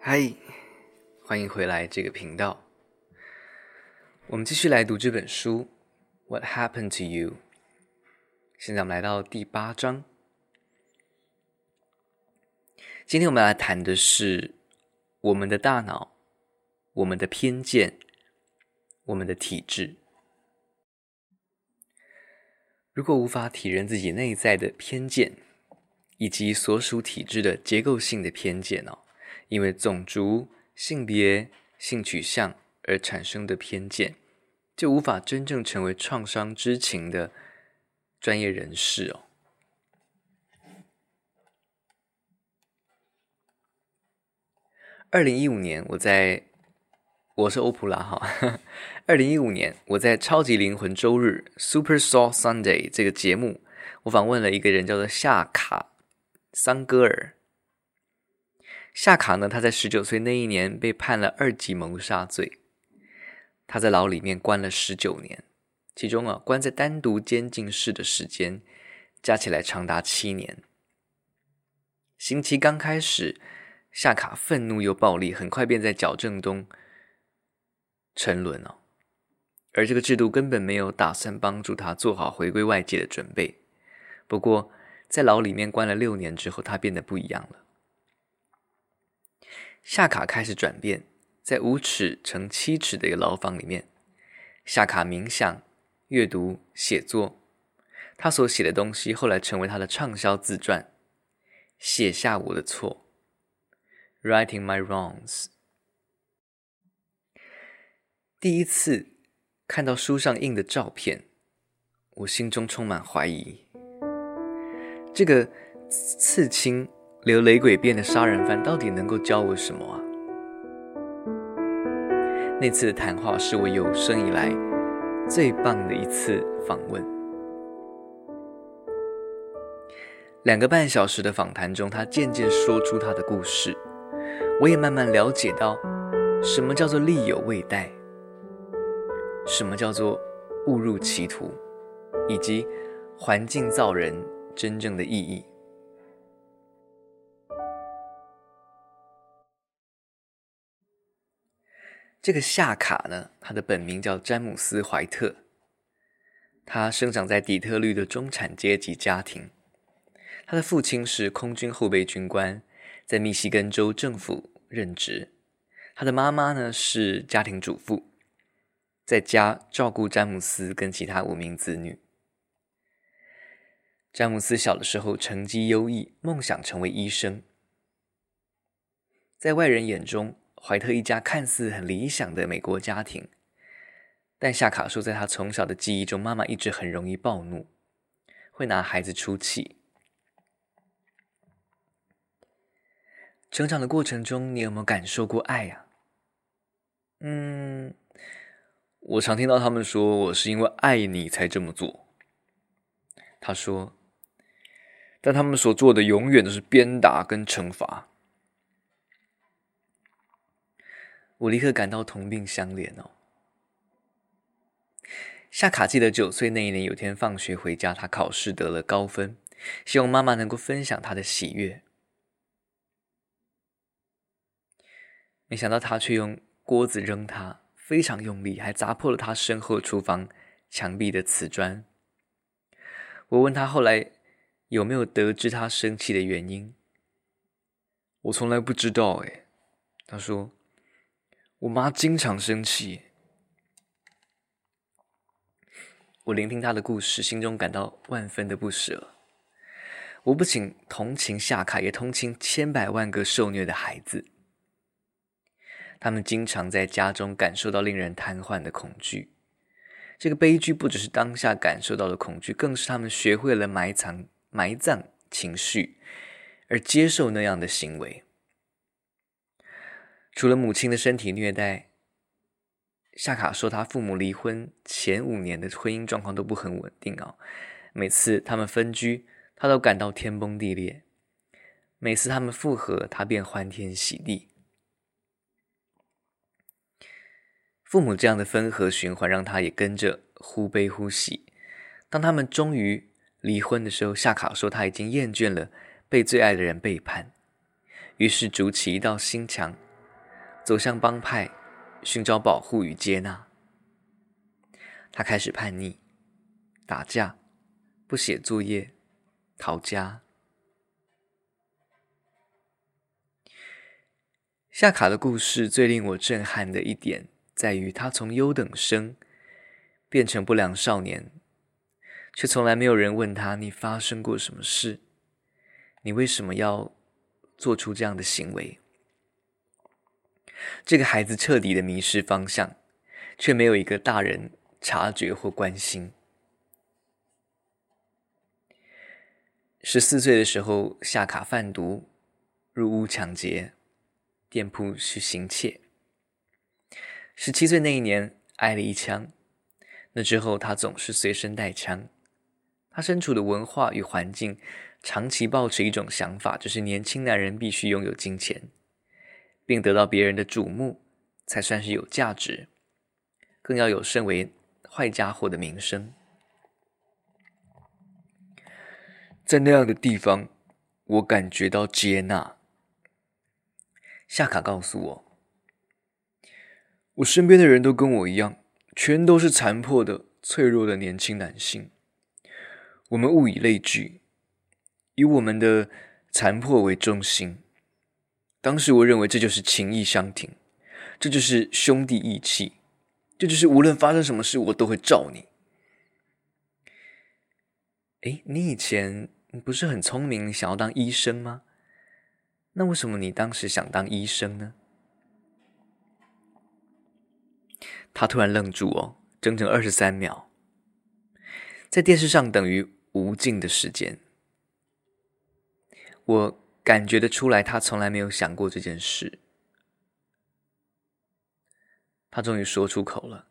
嗨，欢迎回来这个频道。我们继续来读这本书 What Happened to You。 现在我们来到第8章。今天我们来谈的是我们的大脑、我们的偏见、我们的体质。如果无法体认自己内在的偏见以及所属体质的结构性的偏见，因为种族、性别、性取向而产生的偏见，就无法真正成为创伤知情的专业人士。2015年我是欧普拉哈。2015年我在超级灵魂周日 Super Soul Sunday 这个节目，我访问了一个人叫做夏卡桑戈尔。夏卡呢，他在19岁那一年被判了2级谋杀罪，他在牢里面关了19年，其中关在单独监禁室的时间加起来长达7年。刑期刚开始，夏卡愤怒又暴力，很快便在矫正中沉沦，而这个制度根本没有打算帮助他做好回归外界的准备。不过在牢里面关了6年之后，他变得不一样了。夏卡开始转变，在5尺乘7尺的一个牢房里面，夏卡冥想、阅读、写作。他所写的东西后来成为他的畅销自传《写下我的错》 Writing My Wrongs。 第一次看到书上印的照片，我心中充满怀疑，这个刺青留雷鬼辫的杀人犯到底能够教我什么啊？那次的谈话是我有生以来最棒的一次访问。2个半小时的访谈中，他渐渐说出他的故事，我也慢慢了解到什么叫做力有未逮，什么叫做误入歧途，以及环境造人真正的意义。这个夏卡呢，他的本名叫詹姆斯·怀特，他生长在底特律的中产阶级家庭。他的父亲是空军后备军官，在密西根州政府任职。他的妈妈呢是家庭主妇，在家照顾詹姆斯跟其他5名子女。詹姆斯小的时候成绩优异，梦想成为医生。在外人眼中，怀特一家看似很理想的美国家庭，但夏卡说，在他从小的记忆中，妈妈一直很容易暴怒，会拿孩子出气。成长的过程中，你有没有感受过爱啊？我常听到他们说，我是因为爱你才这么做。他说，但他们所做的永远都是鞭打跟惩罚。我立刻感到同病相怜。夏卡记得9岁那一年，有天放学回家，他考试得了高分，希望妈妈能够分享他的喜悦。没想到他却用锅子扔他，非常用力，还砸破了他身后厨房墙壁的瓷砖。我问他后来有没有得知他生气的原因。我从来不知道。他说，我妈经常生气。我聆听他的故事，心中感到万分的不舍。我不仅同情夏卡，也同情千百万个受虐的孩子。他们经常在家中感受到令人瘫痪的恐惧。这个悲剧不只是当下感受到的恐惧，更是他们学会了埋葬情绪，而接受那样的行为。除了母亲的身体虐待，夏卡说他父母离婚前5年的婚姻状况都不很稳定。每次他们分居，他都感到天崩地裂。每次他们复合，他便欢天喜地。父母这样的分合循环让他也跟着忽悲忽喜。当他们终于离婚的时候，夏卡说他已经厌倦了被最爱的人背叛，于是筑起一道心墙， 走向帮派，寻找保护与接纳。他开始叛逆，打架，不写作业，逃家。夏卡的故事最令我震撼的一点，在于他从优等生变成不良少年，却从来没有人问他你发生过什么事，你为什么要做出这样的行为。这个孩子彻底的迷失方向，却没有一个大人察觉或关心。14岁的时候，夏卡贩毒，入屋抢劫，店铺去行窃。17岁那一年挨了一枪，那之后他总是随身带枪。他身处的文化与环境长期抱持一种想法，就是年轻男人必须拥有金钱，并得到别人的瞩目，才算是有价值，更要有身为坏家伙的名声。在那样的地方，我感觉到接纳。夏卡告诉我，我身边的人都跟我一样，全都是残破的、脆弱的年轻男性。我们物以类聚，以我们的残破为中心。当时我认为这就是情义相挺，这就是兄弟义气，这就是无论发生什么事我都会罩你。你以前不是很聪明，你想要当医生吗？那为什么你当时想当医生呢？他突然愣住整整23秒，在电视上等于无尽的时间。我感觉得出来，他从来没有想过这件事。他终于说出口了。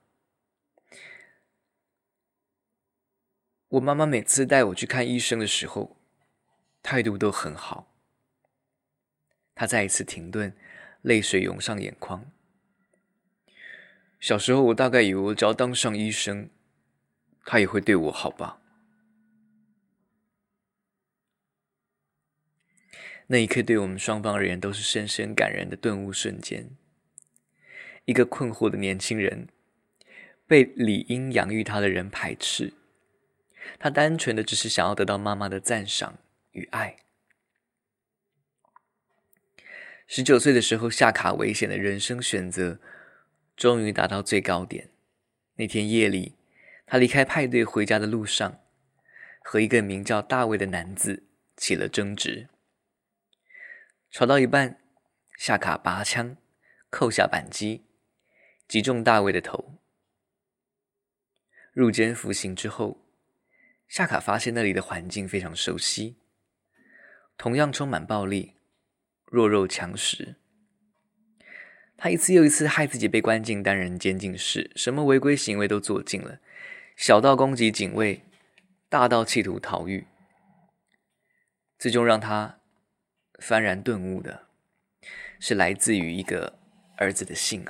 我妈妈每次带我去看医生的时候，态度都很好。他再一次停顿，泪水涌上眼眶。小时候我大概以为我只要当上医生，他也会对我好吧。那一刻对我们双方而言都是深深感人的顿悟瞬间。一个困惑的年轻人被理应养育他的人排斥，他单纯的只是想要得到妈妈的赞赏与爱。19岁的时候，夏卡危险的人生选择终于达到最高点。那天夜里，他离开派对回家的路上，和一个名叫大卫的男子起了争执。吵到一半，夏卡拔枪扣下扳机，击中大卫的头。入监服刑之后，夏卡发现那里的环境非常熟悉，同样充满暴力，弱肉强食。他一次又一次害自己被关进单人监禁室，什么违规行为都做尽了，小到攻击警卫，大到企图逃狱。最终让他幡然顿悟的是来自于一个儿子的信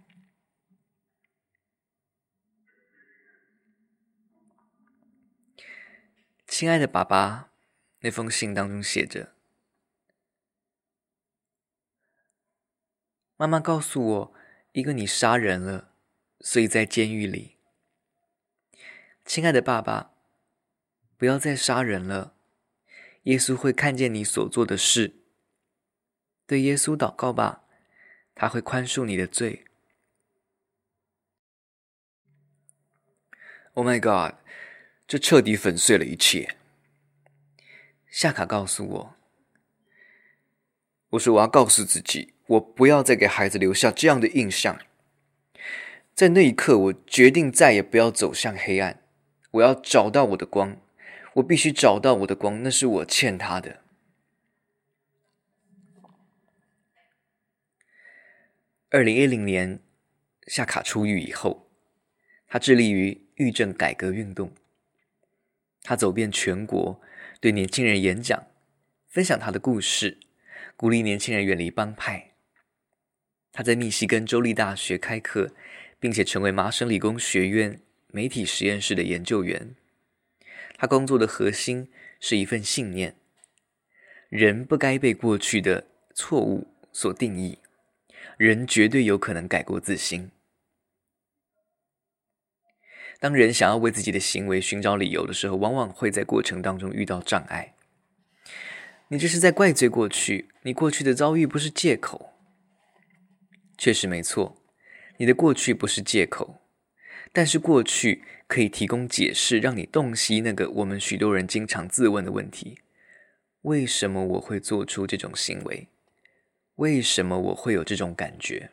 亲爱的爸爸，那封信当中写着，妈妈告诉我，因为你杀人了，所以在监狱里。亲爱的爸爸，不要再杀人了，耶稣会看见你所做的事。对耶稣祷告吧，他会宽恕你的罪。Oh my God， 这彻底粉碎了一切。夏卡告诉我说我要告诉自己，我不要再给孩子留下这样的印象。在那一刻，我决定再也不要走向黑暗，我要找到我的光，我必须找到我的光，那是我欠他的。2010年，夏卡出狱以后，他致力于狱政改革运动。他走遍全国，对年轻人演讲，分享他的故事，鼓励年轻人远离帮派。他在密西根州立大学开课，并且成为麻省理工学院媒体实验室的研究员。他工作的核心是一份信念：人不该被过去的错误所定义， 人绝对有可能改过自新。当人想要为自己的行为寻找理由的时候，往往会在过程当中遇到障碍。你这是在怪罪过去，你过去的遭遇不是借口。确实没错，你的过去不是借口，但是过去可以提供解释，让你洞悉那个我们许多人经常自问的问题：为什么我会做出这种行为？为什么我会有这种感觉？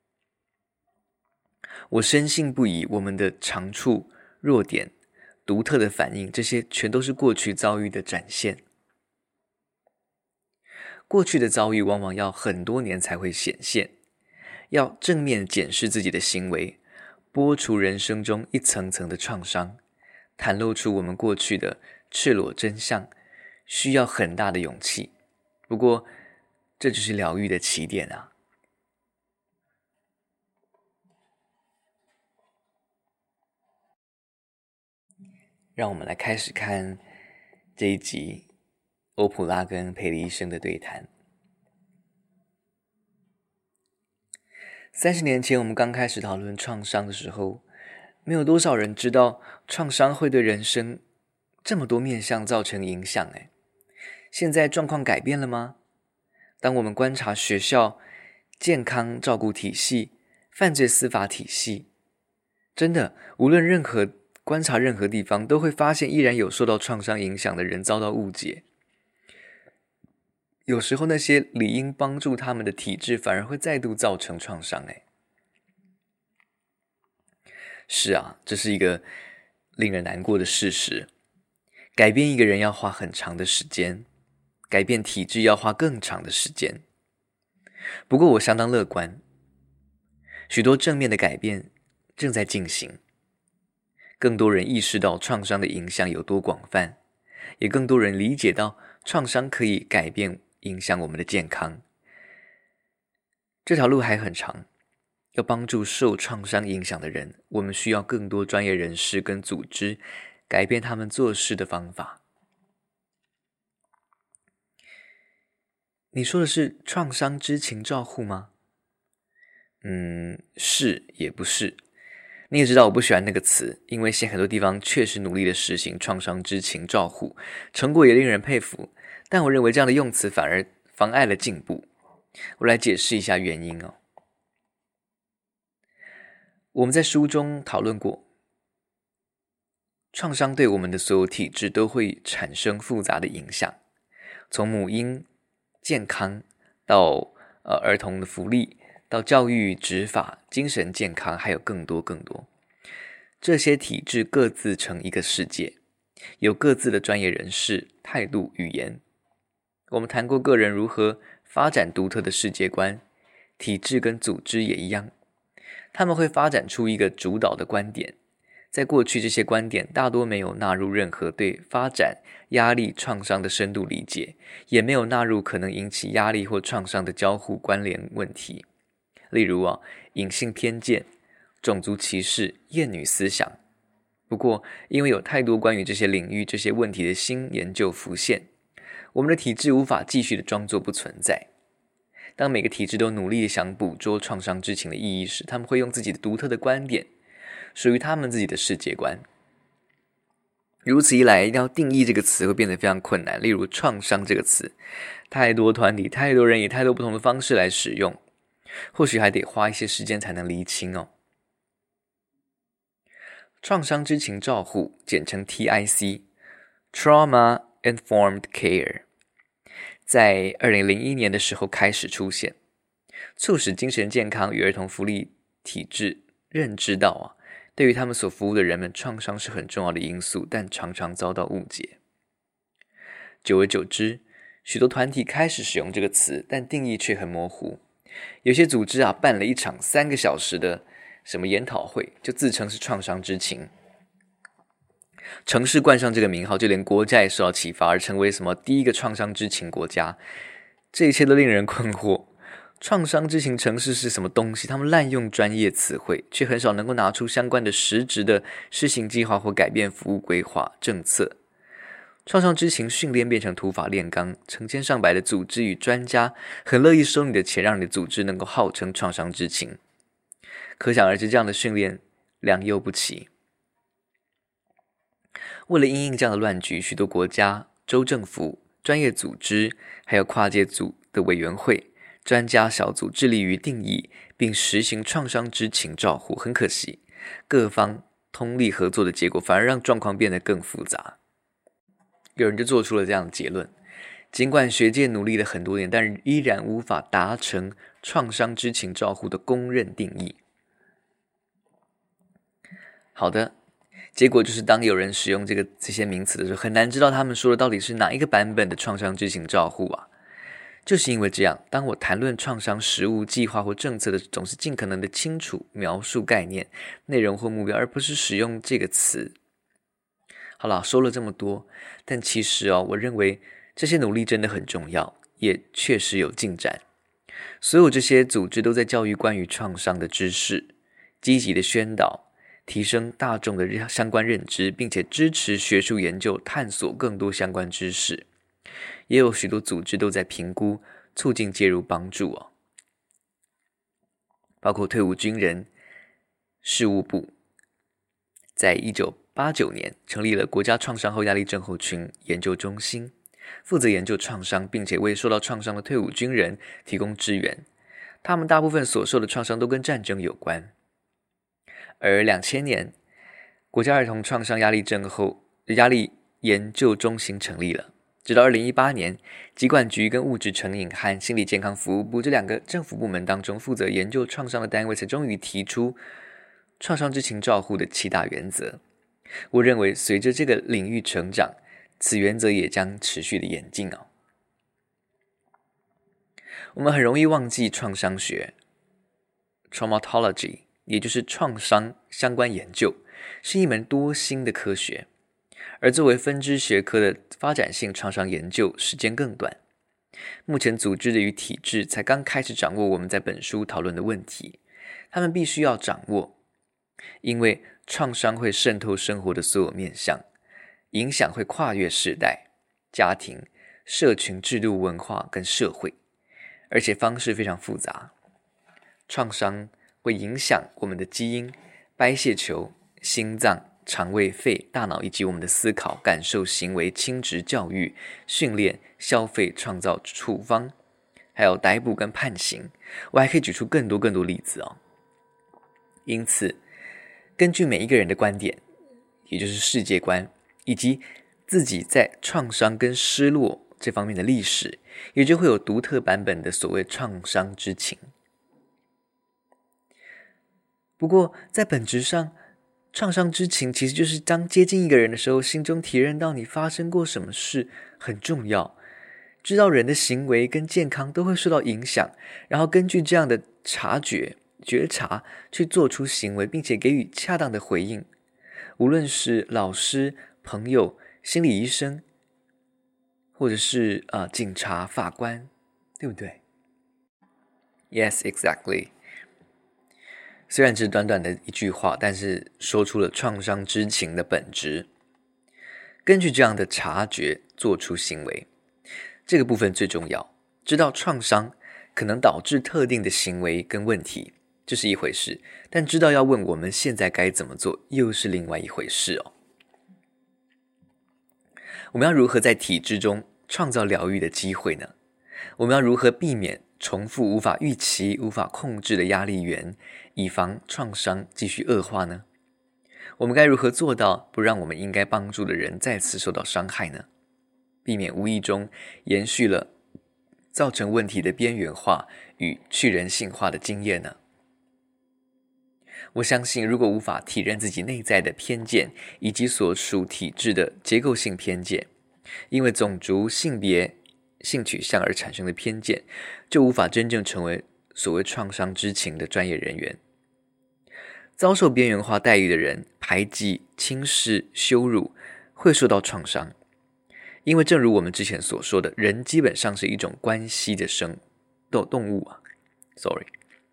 我深信不疑，我们的长处、弱点、独特的反应，这些全都是过去遭遇的展现。过去的遭遇往往要很多年才会显现，要正面检视自己的行为，剥除人生中一层层的创伤，袒露出我们过去的赤裸真相，需要很大的勇气。不过，这就是疗愈的起点啊。让我们来开始看这一集欧普拉跟佩里医生的对谈。30年前我们刚开始讨论创伤的时候，没有多少人知道创伤会对人生这么多面向造成影响。现在状况改变了吗？当我们观察学校、健康照顾体系、犯罪司法体系，真的无论观察任何地方，都会发现依然有受到创伤影响的人遭到误解。有时候那些理应帮助他们的体制，反而会再度造成创伤。是啊，这是一个令人难过的事实。改变一个人要花很长的时间，改变体制要花更长的时间。不过我相当乐观，许多正面的改变正在进行。更多人意识到创伤的影响有多广泛，也更多人理解到创伤可以改变影响我们的健康。这条路还很长，要帮助受创伤影响的人，我们需要更多专业人士跟组织改变他们做事的方法。你说的是创伤知情照护吗？是也不是。你也知道我不喜欢那个词，因为现在很多地方确实努力的实行创伤知情照护，成果也令人佩服，但我认为这样的用词反而妨碍了进步。我来解释一下原因。我们在书中讨论过，创伤对我们的所有体制都会产生复杂的影响，从母婴、健康到儿童的福利，到教育、执法、精神健康，还有更多。这些体制各自成一个世界，有各自的专业人士、态度、语言。我们谈过个人如何发展独特的世界观，体制跟组织也一样，他们会发展出一个主导的观点。在过去，这些观点大多没有纳入任何对发展、压力、创伤的深度理解，也没有纳入可能引起压力或创伤的交互关联问题。例如隐性偏见、种族歧视、厌女思想。不过，因为有太多关于这些领域、这些问题的新研究浮现，我们的体制无法继续的装作不存在。当每个体制都努力想捕捉创伤知情的意义时，他们会用自己的独特的观点，属于他们自己的世界观。如此一来，要定义这个词会变得非常困难。例如创伤这个词，太多团体、太多人以太多不同的方式来使用，或许还得花一些时间才能厘清。创伤知情照护，简称 TIC Trauma Informed Care， 在2001年的时候开始出现，促使精神健康与儿童福利体制认知到对于他们所服务的人们，创伤是很重要的因素，但常常遭到误解。久而久之，许多团体开始使用这个词，但定义却很模糊。有些组织办了一场3个小时的什么研讨会，就自称是创伤知情。城市冠上这个名号，就连国家也受到启发，而成为什么第一个创伤知情国家。这一切都令人困惑。创伤知情城市是什么东西？他们滥用专业词汇，却很少能够拿出相关的实质的施行计划或改变服务规划政策。 创伤知情训练变成土法炼钢，成千上百的组织与专家很乐意收你的钱，让你的组织能够号称创伤知情。可想而知，这样的训练良莠不齐。为了因应这样的乱局，许多国家、州政府、专业组织还有跨界组的委员会、专家小组致力于定义并实行创伤知情照护。很可惜，各方通力合作的结果反而让状况变得更复杂。有人就做出了这样的结论：尽管学界努力了很多年，但依然无法达成创伤知情照护的公认定义。好的，结果就是当有人使用这些名词的时候，很难知道他们说的到底是哪一个版本的创伤知情照护啊。就是因为这样，当我谈论创伤实务计划或政策的，总是尽可能的清楚描述概念、内容或目标，而不是使用这个词。好了，说了这么多，但其实我认为这些努力真的很重要，也确实有进展。所有这些组织都在教育关于创伤的知识，积极的宣导，提升大众的相关认知，并且支持学术研究，探索更多相关知识。也有许多组织都在评估、促进介入帮助包括退伍军人事务部，在1989年成立了国家创伤后压力症候群研究中心，负责研究创伤，并且为受到创伤的退伍军人提供支援。他们大部分所受的创伤都跟战争有关。而2000年，国家儿童创伤压力研究中心成立了。直到2018年，疾管局跟物质成瘾和心理健康服务部这两个政府部门当中负责研究创伤的单位才终于提出创伤知情照护的7大原则。我认为随着这个领域成长，此原则也将持续的演进我们很容易忘记创伤学 traumatology， 也就是创伤相关研究，是一门多星的科学。而作为分支学科的发展性创伤研究时间更短，目前组织与体制才刚开始掌握我们在本书讨论的问题，他们必须要掌握，因为创伤会渗透生活的所有面向，影响会跨越世代、家庭、社群、制度、文化跟社会，而且方式非常复杂。创伤会影响我们的基因、白血球、心脏、肠胃、肺、大脑以及我们的思考、感受、行为、亲职、教育、训练、消费、创造、处方，还有逮捕跟判刑。我还可以举出更多例子因此，根据每一个人的观点，也就是世界观，以及自己在创伤跟失落这方面的历史，也就会有独特版本的所谓创伤知情。不过，在本质上，创伤知情其实就是当接近一个人的时候，心中体认到你发生过什么事很重要，知道人的行为跟健康都会受到影响，然后根据这样的觉察去做出行为，并且给予恰当的回应。无论是老师、朋友、心理医生，或者是警察、法官，对不对？ Yes, exactly。虽然只是短短的一句话，但是说出了创伤知情的本质。根据这样的察觉做出行为，这个部分最重要。知道创伤可能导致特定的行为跟问题，这是一回事，但知道要问我们现在该怎么做，又是另外一回事我们要如何在体制中创造疗愈的机会呢？我们要如何避免重复无法预期、无法控制的压力源，以防创伤继续恶化呢？我们该如何做到不让我们应该帮助的人再次受到伤害呢？避免无意中延续了造成问题的边缘化与去人性化的经验呢？我相信，如果无法体认自己内在的偏见以及所属体制的结构性偏见，因为种族、性别、性取向而产生的偏见，就无法真正成为所谓创伤知情的专业人员。遭受边缘化待遇的人，排挤、轻视、羞辱，会受到创伤。因为正如我们之前所说的，人基本上是一种关系的动物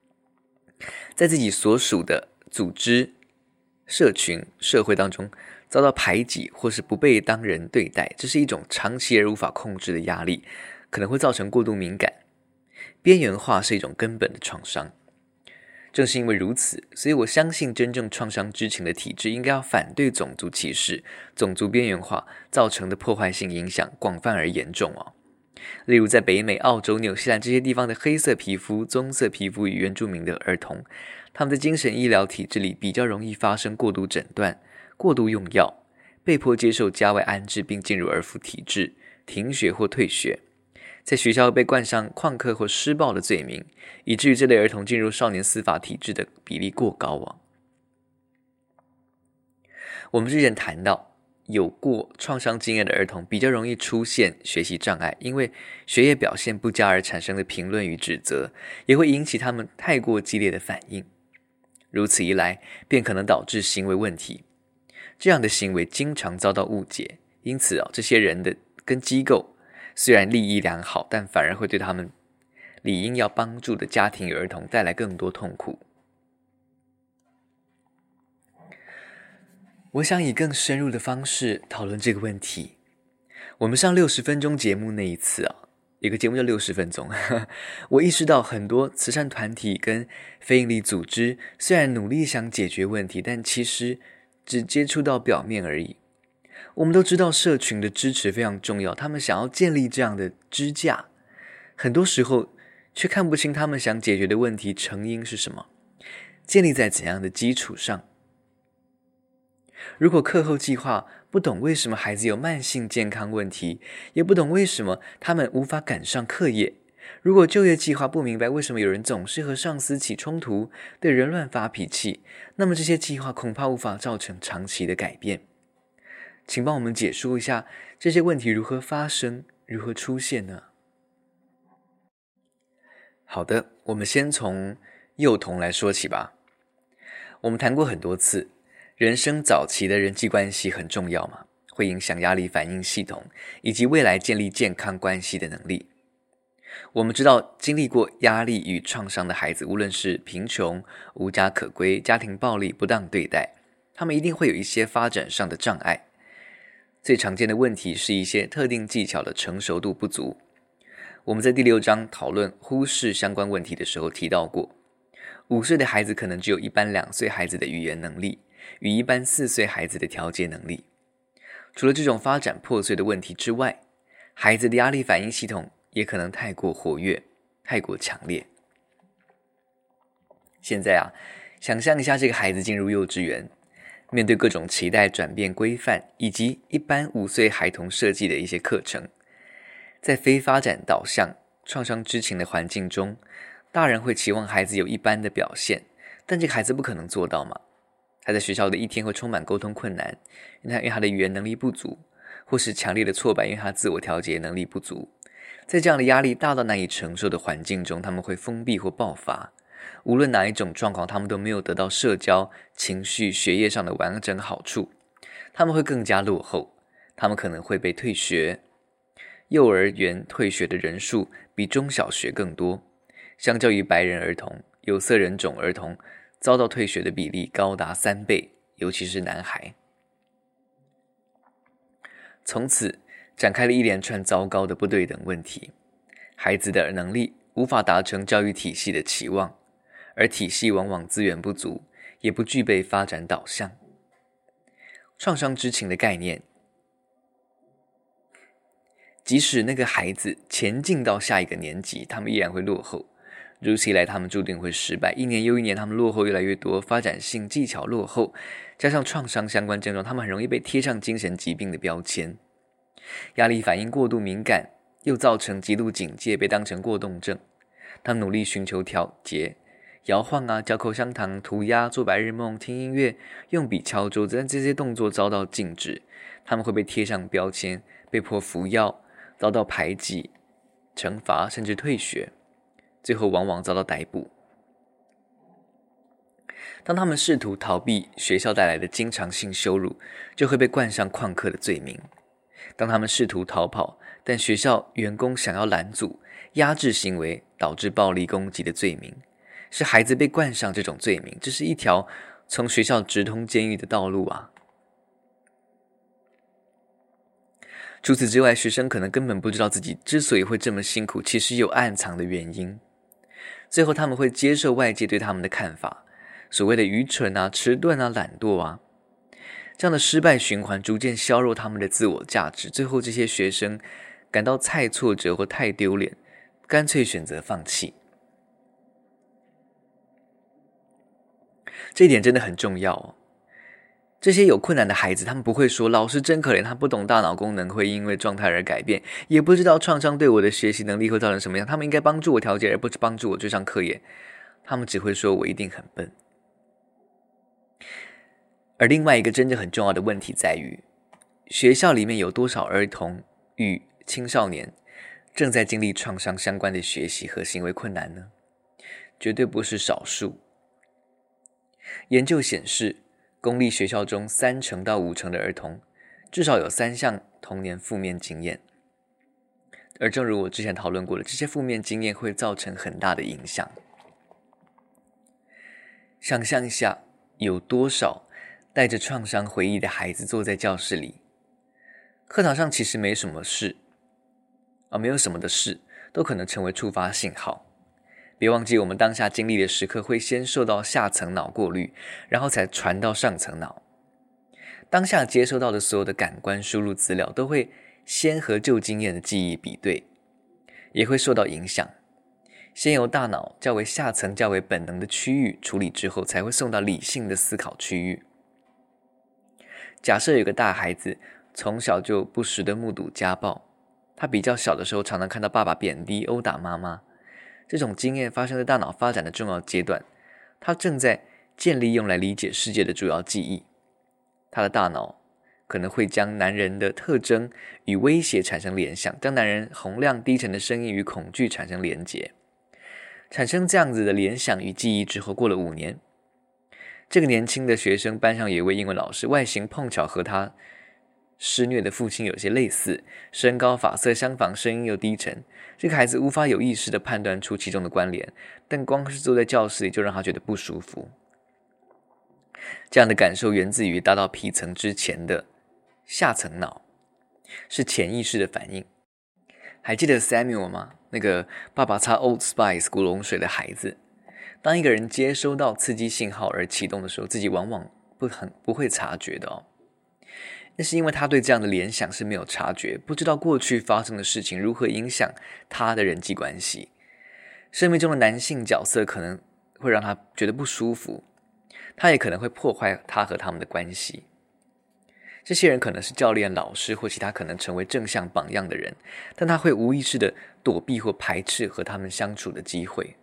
在自己所属的组织、社群、社会当中遭到排挤或是不被当人对待，这是一种长期而无法控制的压力，可能会造成过度敏感。边缘化是一种根本的创伤。正是因为如此，所以我相信真正创伤知情的体制应该要反对种族歧视、种族边缘化造成的破坏性影响广泛而严重哦。例如在北美、澳洲、纽西兰这些地方的黑色皮肤、棕色皮肤与原住民的儿童，他们在精神医疗体制里比较容易发生过度诊断、过度用药、被迫接受家外安置并进入儿福体制、停学或退学。在学校被冠上旷课或施暴的罪名，以至于这类儿童进入少年司法体制的比例过高啊。我们之前谈到，有过创伤经验的儿童比较容易出现学习障碍，因为学业表现不佳而产生的评论与指责，也会引起他们太过激烈的反应。如此一来，便可能导致行为问题。这样的行为经常遭到误解，因此这些人的跟机构虽然利益良好，但反而会对他们理应要帮助的家庭与儿童带来更多痛苦。我想以更深入的方式讨论这个问题。我们上60分钟节目那一次有个节目叫60分钟，我意识到很多慈善团体跟非营利组织虽然努力想解决问题，但其实只接触到表面而已。我们都知道社群的支持非常重要，他们想要建立这样的支架，很多时候却看不清他们想解决的问题成因是什么，建立在怎样的基础上。如果课后计划不懂为什么孩子有慢性健康问题，也不懂为什么他们无法赶上课业，如果就业计划不明白为什么有人总是和上司起冲突，对人乱发脾气，那么这些计划恐怕无法造成长期的改变。请帮我们解说一下这些问题如何发生，如何出现呢？好的，我们先从幼童来说起吧。我们谈过很多次，人生早期的人际关系很重要嘛，会影响压力反应系统以及未来建立健康关系的能力。我们知道，经历过压力与创伤的孩子，无论是贫穷、无家可归、家庭暴力、不当对待，他们一定会有一些发展上的障碍。最常见的问题是一些特定技巧的成熟度不足。我们在第6章讨论忽视相关问题的时候提到过，5岁的孩子可能只有一般2岁孩子的语言能力，与一般4岁孩子的调节能力。除了这种发展破碎的问题之外，孩子的压力反应系统也可能太过活跃，太过强烈。现在想象一下这个孩子进入幼稚园，面对各种期待、转变、规范，以及一般5岁孩童设计的一些课程，在非发展导向、创伤知情的环境中，大人会期望孩子有一般的表现，但这个孩子不可能做到嘛？他在学校的一天会充满沟通困难，因为他的语言能力不足，或是强烈的挫败，因为他自我调节能力不足。在这样的压力大到难以承受的环境中，他们会封闭或爆发。无论哪一种状况，他们都没有得到社交、情绪、学业上的完整好处，他们会更加落后，他们可能会被退学。幼儿园退学的人数比中小学更多，相较于白人儿童，有色人种儿童遭到退学的比例高达3倍，尤其是男孩。从此展开了一连串糟糕的不对等问题，孩子的能力无法达成教育体系的期望，而体系往往资源不足，也不具备发展导向。创伤知情的概念，即使那个孩子前进到下一个年级，他们依然会落后，如此一来他们注定会失败，一年又一年他们落后越来越多，发展性技巧落后，加上创伤相关症状，他们很容易被贴上精神疾病的标签。压力反应过度敏感，又造成极度警戒，被当成过动症。他们努力寻求调节，摇晃嚼口香糖、涂鸦、做白日梦、听音乐、用笔敲桌子，但这些动作遭到禁止，他们会被贴上标签，被迫服药，遭到排挤、惩罚，甚至退学，最后往往遭到逮捕。当他们试图逃避学校带来的经常性羞辱，就会被冠上旷课的罪名。当他们试图逃跑，但学校员工想要拦阻，压制行为导致暴力攻击的罪名，是孩子被冠上这种罪名，这是一条从学校直通监狱的道路除此之外，学生可能根本不知道自己之所以会这么辛苦，其实有暗藏的原因。最后他们会接受外界对他们的看法，所谓的愚蠢啊、迟钝啊、懒惰啊，这样的失败循环逐渐削弱他们的自我价值。最后这些学生感到太挫折或太丢脸，干脆选择放弃。这一点真的很重要哦。这些有困难的孩子，他们不会说老师真可怜，他不懂大脑功能会因为状态而改变，也不知道创伤对我的学习能力会造成什么样，他们应该帮助我调节，而不是帮助我追上课业。他们只会说我一定很笨。而另外一个真正很重要的问题在于，学校里面有多少儿童与青少年正在经历创伤相关的学习和行为困难呢？绝对不是少数。研究显示，公立学校中30%到50%的儿童至少有3项童年负面经验。而正如我之前讨论过的，这些负面经验会造成很大的影响。想象一下，有多少带着创伤回忆的孩子坐在教室里，课堂上其实没什么事，没有什么的事都可能成为触发信号。别忘记，我们当下经历的时刻会先受到下层脑过滤，然后才传到上层脑。当下接收到的所有的感官输入资料都会先和旧经验的记忆比对，也会受到影响。先由大脑较为下层、较为本能的区域处理之后，才会送到理性的思考区域。假设有个大孩子从小就不时地目睹家暴，他比较小的时候常常看到爸爸贬低、殴打妈妈。这种经验发生在大脑发展的重要阶段，他正在建立用来理解世界的主要记忆。他的大脑可能会将男人的特征与威胁产生联想，将男人洪亮低沉的声音与恐惧产生连结。产生这样子的联想与记忆之后，过了5年，这个年轻的学生班上有一位英文老师，外形碰巧和他施虐的父亲有些类似，身高发色相仿，声音又低沉。这个孩子无法有意识地判断出其中的关联，但光是坐在教室里就让他觉得不舒服。这样的感受源自于达到皮层之前的下层脑，是潜意识的反应。还记得 Samuel 吗？那个爸爸擦 Old Spice 古龙水的孩子。当一个人接收到刺激信号而启动的时候，自己往往不会察觉的哦。那是因为他对这样的联想是没有察觉，不知道过去发生的事情如何影响他的人际关系。生命中的男性角色可能会让他觉得不舒服，他也可能会破坏他和他们的关系。这些人可能是教练、老师或其他可能成为正向榜样的人，但他会无意识地躲避或排斥和他们相处的机会。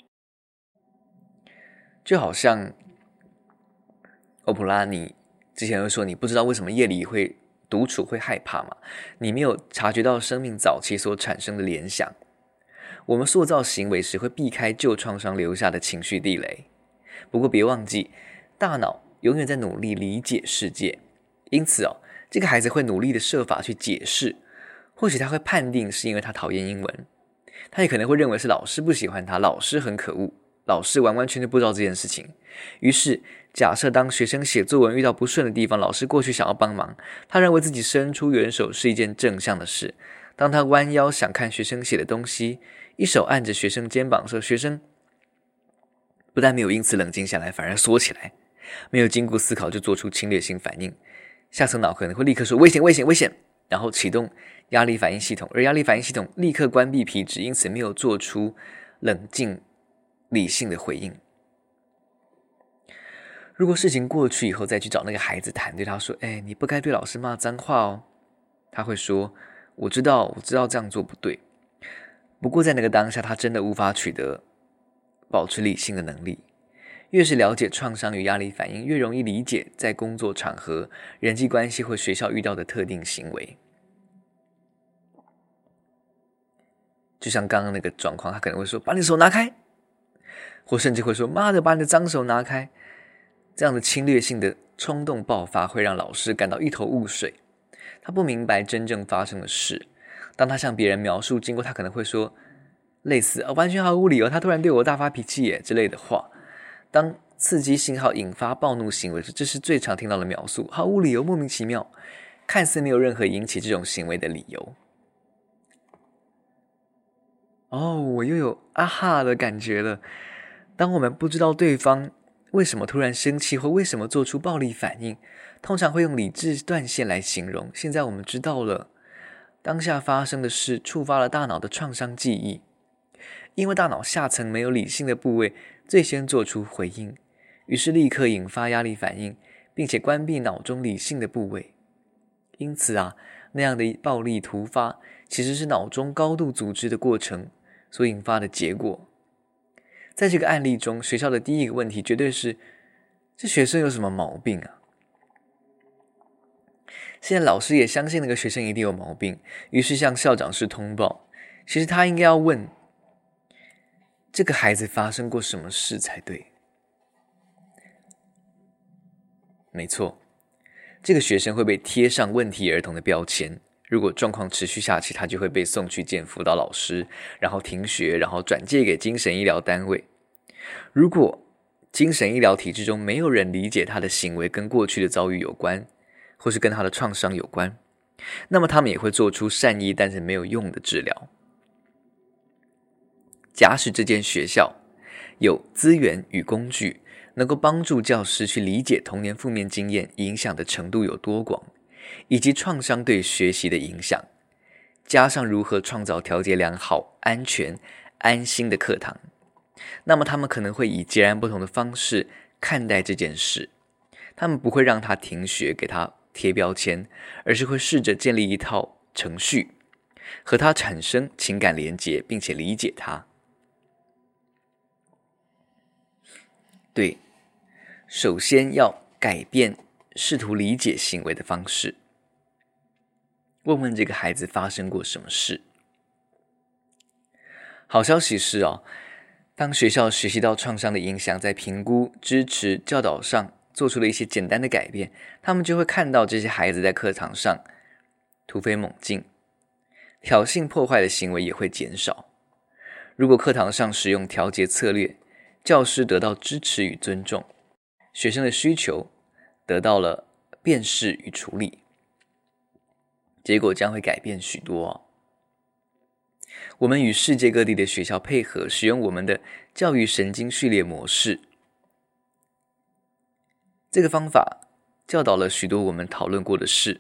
就好像欧普拉，你之前会说你不知道为什么夜里会独处会害怕嘛？你没有察觉到生命早期所产生的联想。我们塑造行为时会避开旧创伤留下的情绪地雷。不过别忘记，大脑永远在努力理解世界，因此这个孩子会努力的设法去解释。或许他会判定是因为他讨厌英文，他也可能会认为是老师不喜欢他，老师很可恶，老师完完全全不知道这件事情。于是假设当学生写作文遇到不顺的地方，老师过去想要帮忙，他认为自己伸出援手是一件正向的事。当他弯腰想看学生写的东西，一手按着学生肩膀的时候，学生不但没有因此冷静下来，反而缩起来，没有经过思考就做出侵略性反应。下层脑可能会立刻说危险危险危险，然后启动压力反应系统，而压力反应系统立刻关闭皮质，因此没有做出冷静理性的回应。如果事情过去以后再去找那个孩子谈，对他说你不该对老师骂脏话哦，他会说我知道这样做不对。不过在那个当下，他真的无法取得保持理性的能力。越是了解创伤与压力反应，越容易理解在工作场合、人际关系或学校遇到的特定行为。就像刚刚那个状况，他可能会说把你手拿开，或甚至会说妈的把你的脏手拿开。这样的侵略性的冲动爆发会让老师感到一头雾水，他不明白真正发生的事。当他向别人描述经过，他可能会说类似完全毫无理由，他突然对我大发脾气耶之类的话。当刺激信号引发暴怒行为时，这是最常听到的描述，毫无理由，莫名其妙。 看似没有任何引起这种行为的理由。我又有啊哈的感觉了。当我们不知道对方为什么突然生气或为什么做出暴力反应，通常会用理智断线来形容。现在我们知道了，当下发生的事触发了大脑的创伤记忆，因为大脑下层没有理性的部位最先做出回应，于是立刻引发压力反应，并且关闭脑中理性的部位。因此那样的暴力突发其实是脑中高度组织的过程所引发的结果。在这个案例中，学校的第一个问题绝对是这学生有什么毛病啊？现在老师也相信那个学生一定有毛病，于是向校长室通报。其实他应该要问这个孩子发生过什么事才对。没错，这个学生会被贴上问题儿童的标签，如果状况持续下去，他就会被送去见辅导老师，然后停学，然后转介给精神医疗单位。如果精神医疗体制中没有人理解他的行为跟过去的遭遇有关，或是跟他的创伤有关，那么他们也会做出善意但是没有用的治疗。假使这间学校有资源与工具，能够帮助教师去理解童年负面经验影响的程度有多广，以及创伤对学习的影响，加上如何创造调节良好、安全、安心的课堂，那么他们可能会以截然不同的方式看待这件事。他们不会让他停学，给他贴标签，而是会试着建立一套程序，和他产生情感连结，并且理解他。对，首先要改变试图理解行为的方式，问问这个孩子发生过什么事。好消息是当学校学习到创伤的影响，在评估、支持、教导上做出了一些简单的改变，他们就会看到这些孩子在课堂上突飞猛进，挑衅破坏的行为也会减少。如果课堂上使用调节策略，教师得到支持与尊重，学生的需求得到了辨识与处理，结果将会改变许多我们与世界各地的学校配合，使用我们的教育神经序列模式。这个方法教导了许多我们讨论过的事。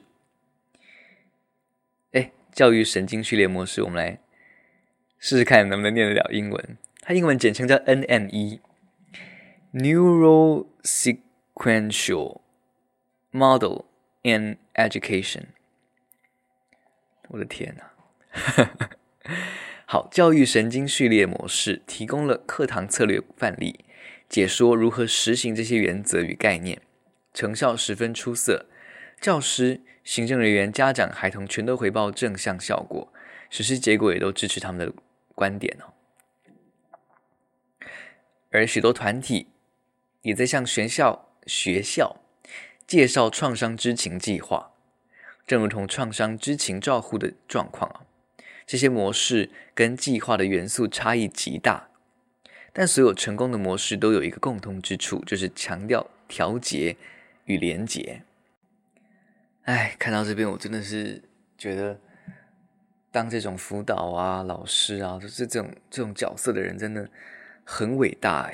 教育神经序列模式，我们来试试看能不能念得了英文。它英文简称叫 NME Neural Sequential Model in Education。 我的天哪好，教育神经序列模式提供了课堂策略范例，解说如何实行这些原则与概念，成效十分出色。教师、行政人员、家长、孩童全都回报正向效果，实施结果也都支持他们的观点而许多团体也在向学校介绍创伤知情计划，正如同创伤知情照护的状况这些模式跟计划的元素差异极大，但所有成功的模式都有一个共通之处，就是强调调节与连结。看到这边我真的是觉得当这种辅导老师就是这种角色的人真的很伟大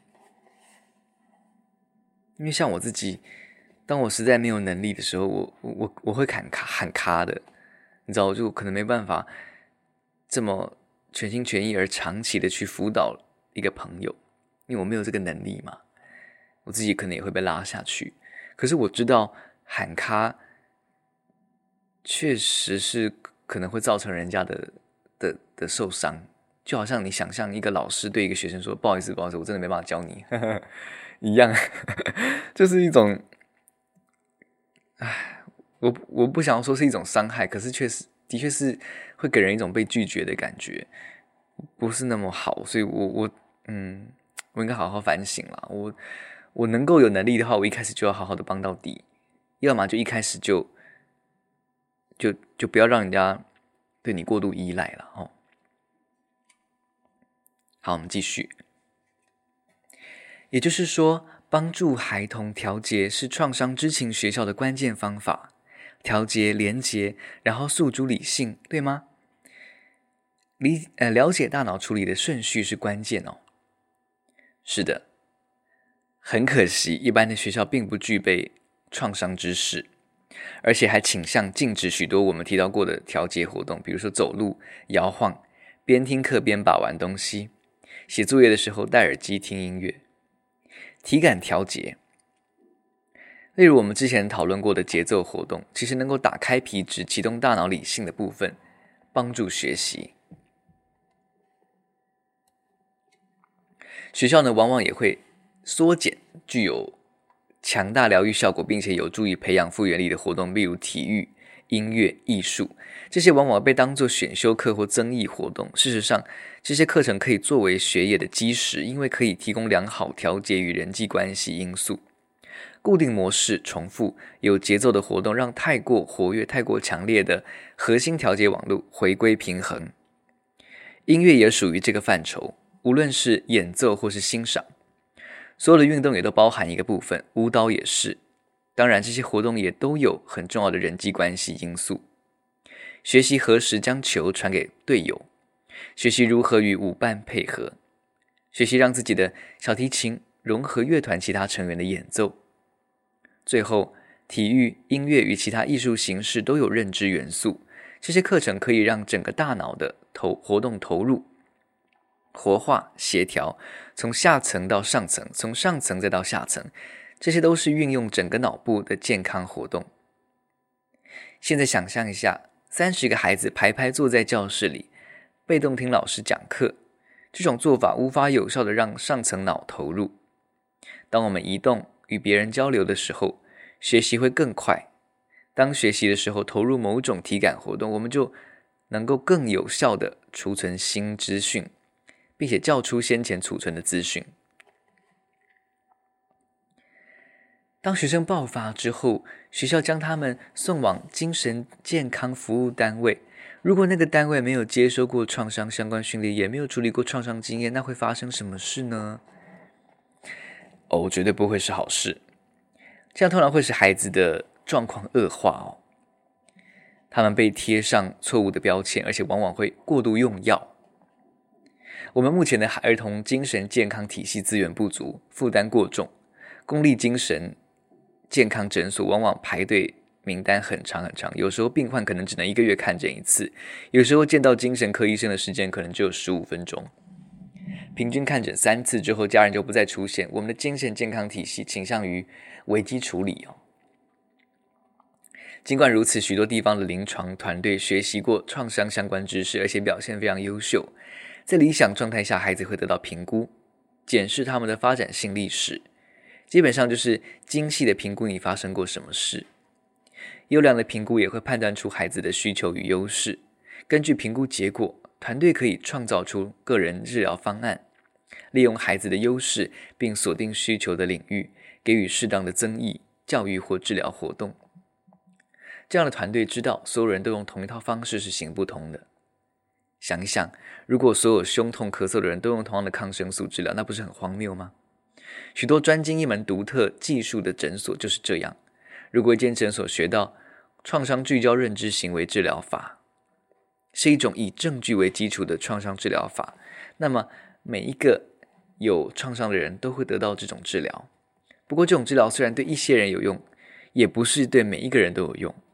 因为像我自己，当我实在没有能力的时候，我会喊卡的，你知道，我就可能没办法这么全心全意而长期的去辅导一个朋友，因为我没有这个能力嘛，我自己可能也会被拉下去。可是我知道喊卡确实是可能会造成人家的受伤，就好像你想象一个老师对一个学生说不好意思，我真的没办法教你一样就是一种我不想要说是一种伤害，可是的确是会给人一种被拒绝的感觉，不是那么好。所以我应该好好反省啦。我能够有能力的话，我一开始就要好好的帮到底，要么就一开始就不要让人家对你过度依赖了好，我们继续。也就是说，帮助孩童调节是创伤知情学校的关键方法。 调节、连结，然后诉诸理性，对吗？了解大脑处理的顺序是关键哦。是的，很可惜，一般的学校并不具备创伤知识，而且还倾向禁止许多我们提到过的调节活动，比如说走路、摇晃、边听课边把玩东西、写作业的时候戴耳机听音乐。体感调节，例如我们之前讨论过的节奏活动，其实能够打开皮质，启动大脑理性的部分，帮助学习。学校呢，往往也会缩减具有强大疗愈效果并且有助于培养复原力的活动，例如体育、音乐、艺术，这些往往被当作选修课或增益活动。事实上，这些课程可以作为学业的基石，因为可以提供良好调节与人际关系因素。固定模式、重复、有节奏的活动，让太过活跃、太过强烈的核心调节网络回归平衡。音乐也属于这个范畴，无论是演奏或是欣赏。所有的运动也都包含一个部分，舞蹈也是。当然，这些活动也都有很重要的人际关系因素。学习何时将球传给队友，学习如何与舞伴配合，学习让自己的小提琴融合乐团其他成员的演奏。最后，体育、音乐与其他艺术形式都有认知元素，这些课程可以让整个大脑的活动投入、活化、协调，从下层到上层，从上层再到下层，这些都是运用整个脑部的健康活动。现在想象一下，30个孩子排排坐在教室里，被动听老师讲课，这种做法无法有效地让上层脑投入。当我们移动与别人交流的时候，学习会更快。当学习的时候投入某种体感活动，我们就能够更有效地储存新资讯，并且叫出先前储存的资讯。当学生爆发之后，学校将他们送往精神健康服务单位。如果那个单位没有接受过创伤相关训练，也没有处理过创伤经验，那会发生什么事呢？绝对不会是好事。这样通常会使孩子的状况恶化他们被贴上错误的标签，而且往往会过度用药。我们目前的儿童精神健康体系资源不足，负担过重，公立精神健康诊所往往排队名单很长很长，有时候病患可能只能1个月看诊一次，有时候见到精神科医生的时间可能只有15分钟。平均看诊3次之后，家人就不再出现。我们的精神健康体系倾向于危机处理尽管如此，许多地方的临床团队学习过创伤相关知识，而且表现非常优秀。在理想状态下，孩子会得到评估，检视他们的发展性历史，基本上就是精细的评估你发生过什么事。优良的评估也会判断出孩子的需求与优势。根据评估结果，团队可以创造出个人治疗方案，利用孩子的优势并锁定需求的领域，给予适当的增益、教育或治疗活动。这样的团队知道所有人都用同一套方式是行不通的。想一想，如果所有胸痛咳嗽的人都用同样的抗生素治疗，那不是很荒谬吗？许多专精一门独特技术的诊所就是这样。如果一间诊所学到创伤聚焦认知行为治疗法，是一种以证据为基础的创伤治疗法，那么每一个有创伤的人都会得到这种治疗。不过这种治疗虽然对一些人有用，也不是对每一个人都有用。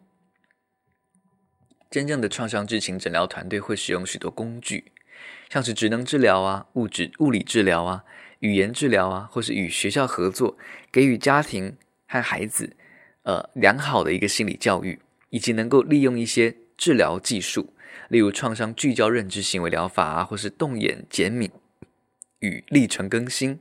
真正的创伤知情诊疗团队会使用许多工具，像是职能治疗物理治疗语言治疗或是与学校合作，给予家庭和孩子良好的一个心理教育，以及能够利用一些治疗技术，例如创伤聚焦认知行为疗法或是动眼减敏与历程更新、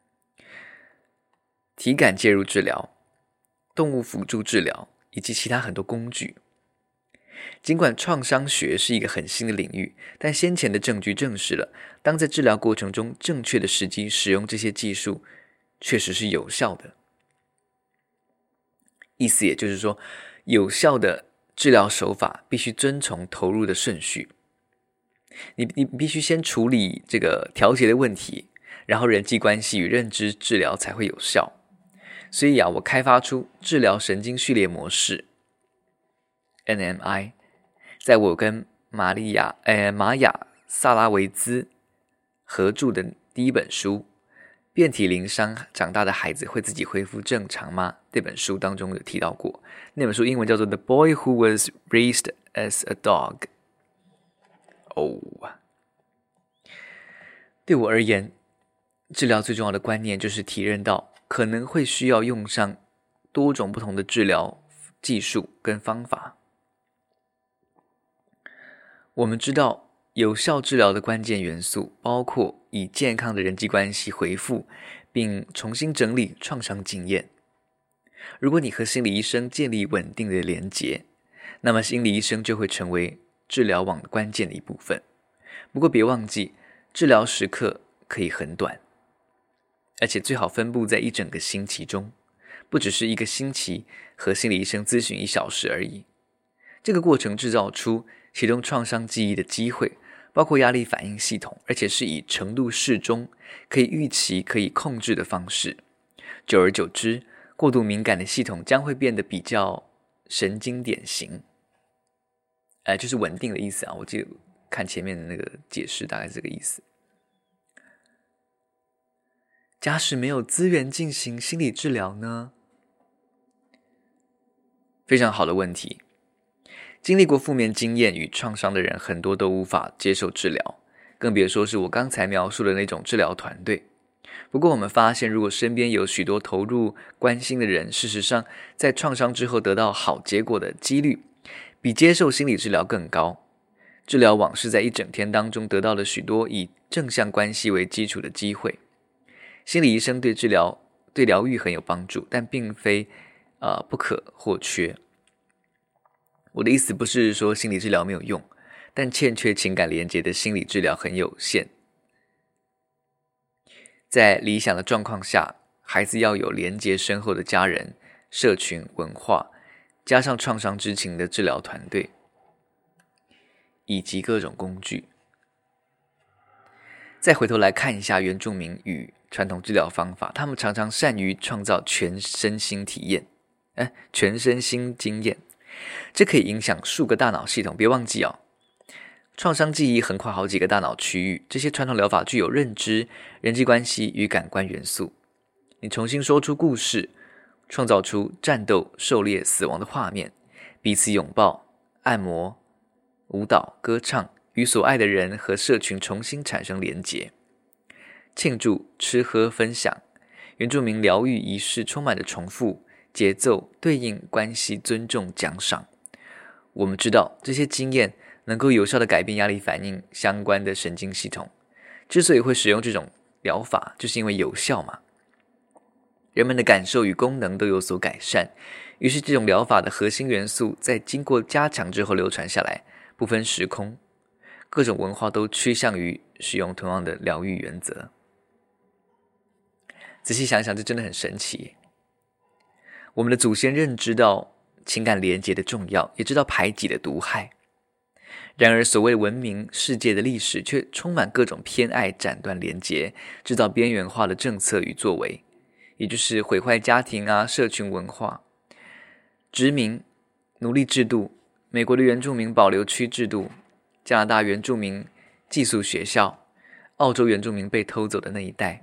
体感介入治疗、动物辅助治疗以及其他很多工具。尽管创伤学是一个很新的领域，但先前的证据证实了，当在治疗过程中正确的时机使用这些技术，确实是有效的。意思也就是说，有效的治疗手法必须遵从投入的顺序。你必须先处理这个调节的问题，然后人际关系与认知治疗才会有效。所以我开发出治疗神经序列模式， NMI， 在我跟玛雅萨拉维兹合著的第一本书遍体鳞伤长大的孩子会自己恢复正常吗？这本书当中有提到过，那本书英文叫做 The Boy Who Was Raised as a Dog。 对我而言，治疗最重要的观念就是体认到可能会需要用上多种不同的治疗技术跟方法。我们知道有效治疗的关键元素包括以健康的人际关系回复并重新整理创伤经验。如果你和心理医生建立稳定的连结，那么心理医生就会成为治疗网的关键的一部分。不过别忘记，治疗时刻可以很短，而且最好分布在一整个星期中，不只是一个星期和心理医生咨询1小时而已。这个过程制造出启动创伤记忆的机会，包括压力反应系统，而且是以程度适中、可以预期、可以控制的方式。久而久之，过度敏感的系统将会变得比较神经典型。就是稳定的意思啊，我记得看前面的那个解释大概是这个意思。假使没有资源进行心理治疗呢？非常好的问题。经历过负面经验与创伤的人，很多都无法接受治疗，更别说是我刚才描述的那种治疗团队。不过我们发现，如果身边有许多投入关心的人，事实上在创伤之后得到好结果的几率比接受心理治疗更高。治疗网是在一整天当中得到了许多以正向关系为基础的机会。心理医生对疗愈很有帮助，但并非不可或缺。我的意思不是说心理治疗没有用，但欠缺情感连结的心理治疗很有限。在理想的状况下，孩子要有连结深厚的家人、社群、文化，加上创伤知情的治疗团队，以及各种工具。再回头来看一下原住民与传统治疗方法，他们常常善于创造全身心体验，全身心经验，这可以影响数个大脑系统。别忘记创伤记忆横跨好几个大脑区域，这些传统疗法具有认知、人际关系与感官元素。你重新说出故事，创造出战斗、狩猎、死亡的画面，彼此拥抱、按摩、舞蹈、歌唱，与所爱的人和社群重新产生连结。庆祝、吃喝、分享，原住民疗愈仪式充满着重复、节奏、对应、关系、尊重、奖赏。我们知道这些经验能够有效地改变压力反应相关的神经系统。之所以会使用这种疗法，就是因为有效嘛。人们的感受与功能都有所改善，于是这种疗法的核心元素在经过加强之后流传下来，不分时空，各种文化都趋向于使用同样的疗愈原则。仔细想想，这真的很神奇。我们的祖先认知到情感连结的重要，也知道排挤的毒害。然而所谓文明世界的历史却充满各种偏爱、斩断连结、制造边缘化的政策与作为，也就是毁坏家庭社群文化。殖民、奴隶制度、美国的原住民保留区制度、加拿大原住民寄宿学校、澳洲原住民被偷走的那一代，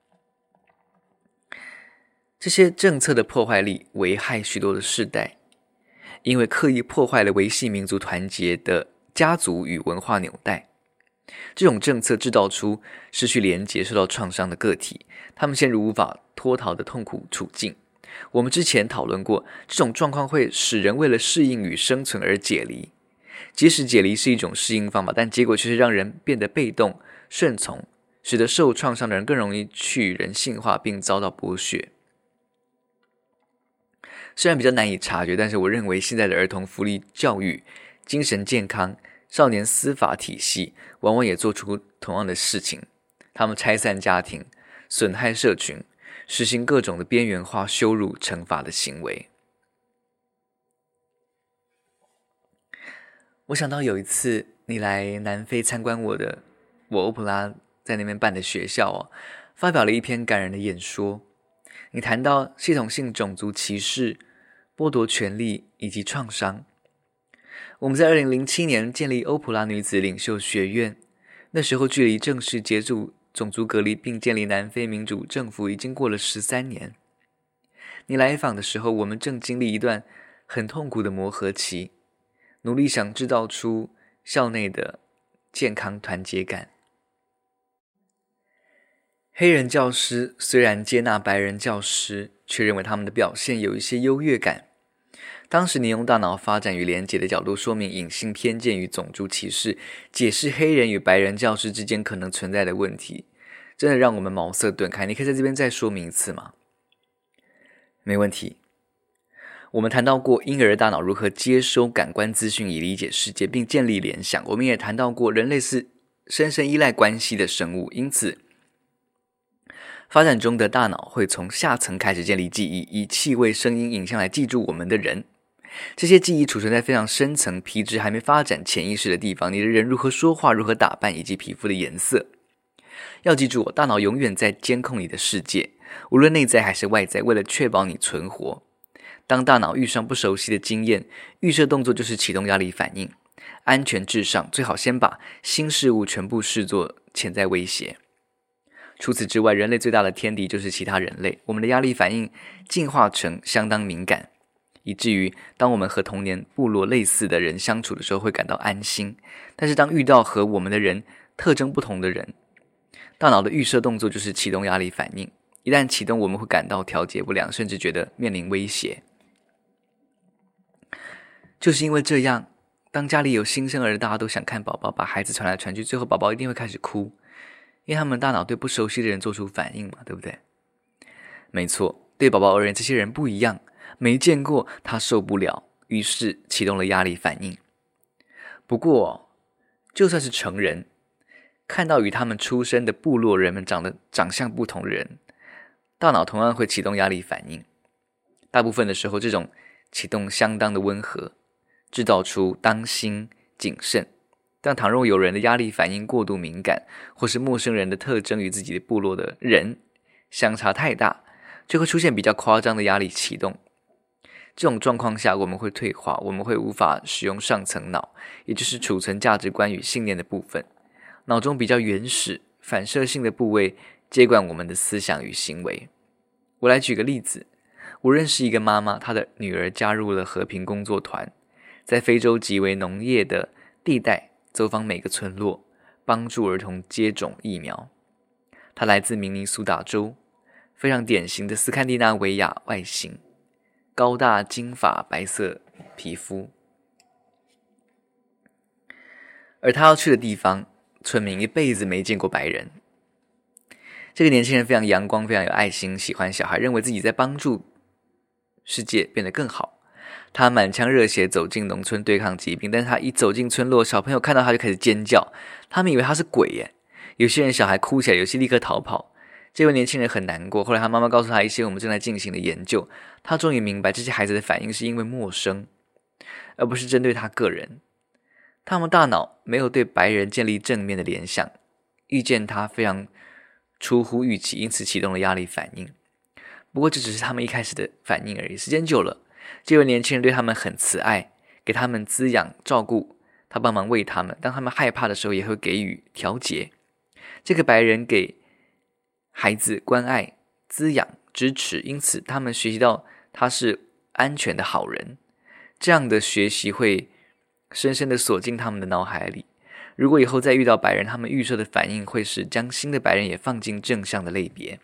这些政策的破坏力危害许多的世代，因为刻意破坏了维系民族团结的家族与文化纽带。这种政策制造出失去连结、受到创伤的个体，他们陷入无法脱逃的痛苦处境。我们之前讨论过，这种状况会使人为了适应与生存而解离。即使解离是一种适应方法，但结果却是让人变得被动、顺从，使得受创伤的人更容易去人性化并遭到剥削。虽然比较难以察觉，但是我认为现在的儿童福利教育、精神健康、少年司法体系往往也做出同样的事情。他们拆散家庭，损害社群，实行各种的边缘化、羞辱、惩罚的行为。我想到有一次你来南非参观我欧普拉在那边办的学校发表了一篇感人的演说。你谈到系统性种族歧视、剥夺权利以及创伤。 我们在2007年建立欧普拉女子领袖学院，那时候距离正式结束种族隔离并建立南非民主政府已经过了13年。你来访的时候，我们正经历一段很痛苦的磨合期，努力想制造出校内的健康团结感。黑人教师虽然接纳白人教师，却认为他们的表现有一些优越感。当时你用大脑发展与连结的角度说明隐性偏见与种族歧视，解释黑人与白人教师之间可能存在的问题，真的让我们茅塞顿开。你可以在这边再说明一次吗？没问题。我们谈到过婴儿大脑如何接收感官资讯以理解世界并建立联想，我们也谈到过人类是深深依赖关系的生物，因此发展中的大脑会从下层开始建立记忆，以气味、声音、影像来记住我们的人。这些记忆储存在非常深层皮质还没发展潜意识的地方，你的人如何说话、如何打扮以及皮肤的颜色。要记住，大脑永远在监控你的世界，无论内在还是外在，为了确保你存活。当大脑遇上不熟悉的经验，预设动作就是启动压力反应。安全至上，最好先把新事物全部视作潜在威胁。除此之外，人类最大的天敌就是其他人类。我们的压力反应进化成相当敏感，以至于当我们和童年部落类似的人相处的时候会感到安心。但是当遇到和我们的人特征不同的人，大脑的预设动作就是启动压力反应。一旦启动，我们会感到调节不良，甚至觉得面临威胁。就是因为这样，当家里有新生儿，大家都想看宝宝，把孩子传来传去，最后宝宝一定会开始哭，因为他们大脑对不熟悉的人做出反应嘛，对不对？没错，对宝宝而言，这些人不一样，没见过，他受不了，于是启动了压力反应。不过，就算是成人，看到与他们出身的部落人们长相不同的人，大脑同样会启动压力反应。大部分的时候，这种启动相当的温和，制造出当心谨慎。但倘若有人的压力反应过度敏感，或是陌生人的特征与自己的部落的人相差太大，就会出现比较夸张的压力启动。这种状况下，我们会退化，我们会无法使用上层脑，也就是储存价值观与信念的部分。脑中比较原始、反射性的部位接管我们的思想与行为。我来举个例子，我认识一个妈妈，她的女儿加入了和平工作团，在非洲极为农业的地带走访每个村落，帮助儿童接种疫苗。她来自明尼苏达州，非常典型的斯堪的纳维亚外形，高大金发，白色皮肤。而她要去的地方，村民一辈子没见过白人。这个年轻人非常阳光，非常有爱心，喜欢小孩，认为自己在帮助世界变得更好。他满腔热血走进农村对抗疾病，但是他一走进村落，小朋友看到他就开始尖叫，他们以为他是鬼耶。有些人小孩哭起来，有些立刻逃跑。这位年轻人很难过，后来他妈妈告诉他一些我们正在进行的研究，他终于明白这些孩子的反应是因为陌生，而不是针对他个人。他们大脑没有对白人建立正面的联想，遇见他非常出乎预期，因此启动了压力反应。不过这只是他们一开始的反应而已，时间久了，这位年轻人对他们很慈爱，给他们滋养照顾，他帮忙喂他们，当他们害怕的时候也会给予调节。这个白人给孩子关爱、滋养、支持，因此他们学习到他是安全的好人。这样的学习会深深的锁进他们的脑海里。如果以后再遇到白人，他们预设的反应会是将新的白人也放进正向的类别。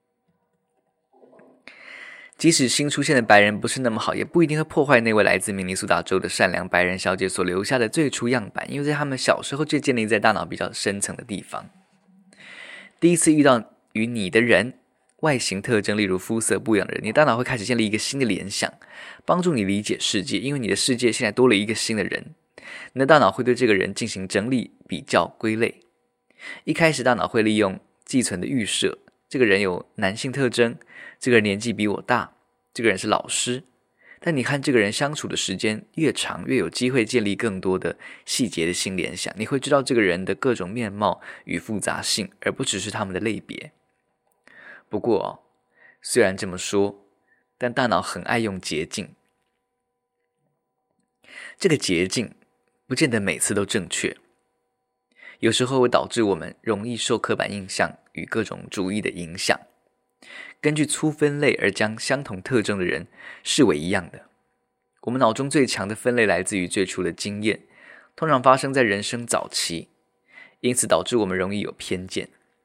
即使新出现的白人不是那么好，也不一定会破坏那位来自明尼苏达州的善良白人小姐所留下的最初样板，因为在他们小时候就建立在大脑比较深层的地方。第一次遇到与你的人，外形特征例如肤色不一样的人，你大脑会开始建立一个新的联想，帮助你理解世界，因为你的世界现在多了一个新的人。你的大脑会对这个人进行整理、比较、归类。一开始大脑会利用寄存的预设，这个人有男性特征，这个人年纪比我大，这个人是老师。但你看这个人相处的时间越长，越有机会建立更多的细节的新联想，你会知道这个人的各种面貌与复杂性，而不只是他们的类别。不过虽然这么说，但大脑很爱用捷径。 这个捷径不见得每次都正确，有时候会导致我们容易受刻板印象与各种主义的影响，根据粗分类而将相同特征的人视为一样的。我们脑中最强的分类来自于最初的经验，通常发生在人生早期，因此导致我们容易有偏见。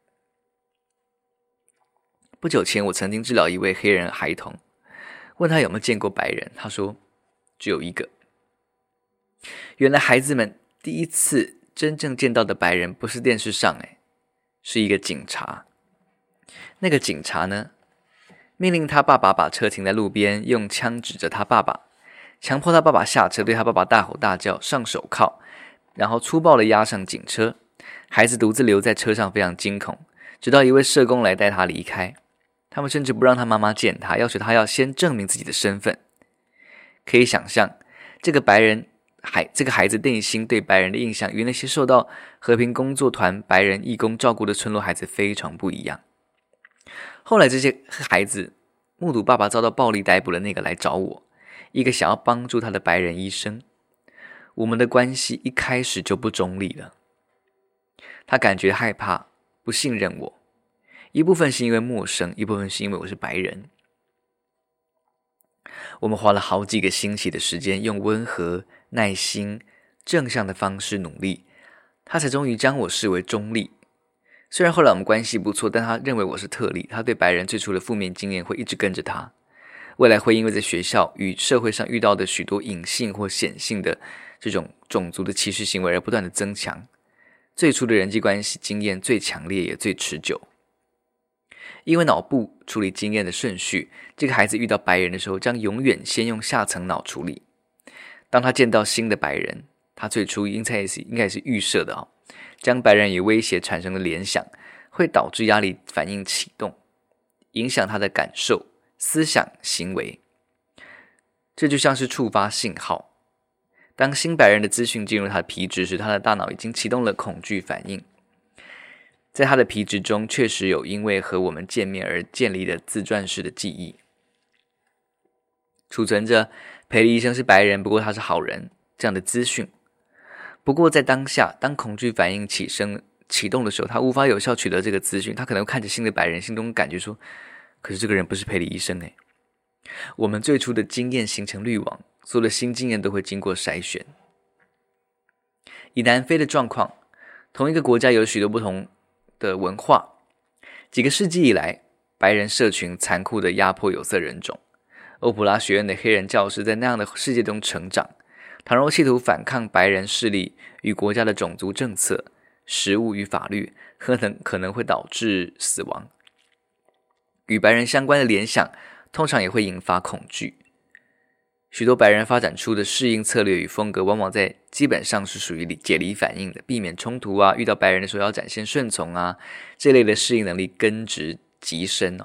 不久前我曾经治疗一位黑人孩童，问他有没有见过白人，他说只有一个。原来孩子们第一次真正见到的白人不是电视上，是一个警察。那个警察呢，命令他爸爸把车停在路边，用枪指着他爸爸，强迫他爸爸下车，对他爸爸大吼大叫，上手铐，然后粗暴地押上警车。孩子独自留在车上，非常惊恐，直到一位社工来带他离开。他们甚至不让他妈妈见他，要求他要先证明自己的身份。可以想象，这个孩子内心对白人的印象与那些受到和平工作团白人义工照顾的村落孩子非常不一样。后来这些孩子目睹爸爸遭到暴力逮捕的那个来找我，一个想要帮助他的白人医生。我们的关系一开始就不中立了。他感觉害怕，不信任我，一部分是因为陌生，一部分是因为我是白人。我们花了好几个星期的时间，用温和、耐心、正向的方式努力，他才终于将我视为中立。虽然后来我们关系不错，但他认为我是特例，他对白人最初的负面经验会一直跟着他，未来会因为在学校与社会上遇到的许多隐性或显性的这种种族的歧视行为而不断的增强。最初的人际关系经验最强烈也最持久。因为脑部处理经验的顺序，这个孩子遇到白人的时候将永远先用下层脑处理。当他见到新的白人，他最初应该是预设的，将白人与威胁产生的联想会导致压力反应启动，影响他的感受、思想、行为。这就像是触发信号。当新白人的资讯进入他的皮质时，他的大脑已经启动了恐惧反应。在他的皮质中确实有因为和我们见面而建立的自传式的记忆，储存着裴利医生是白人，不过他是好人这样的资讯。不过在当下，当恐惧反应启动的时候，他无法有效取得这个资讯，他可能看着新的白人，心中感觉说，可是这个人不是裴利医生。我们最初的经验形成滤网，所有的新经验都会经过筛选。以南非的状况，同一个国家有许多不同的文化，几个世纪以来，白人社群残酷地压迫有色人种。欧普拉学院的黑人教师在那样的世界中成长，倘若企图反抗白人势力与国家的种族政策、食物与法律，可能会导致死亡。与白人相关的联想通常也会引发恐惧。许多白人发展出的适应策略与风格，往往在基本上是属于解离反应的，避免冲突啊，遇到白人的时候要展现顺从啊，这类的适应能力根植极深。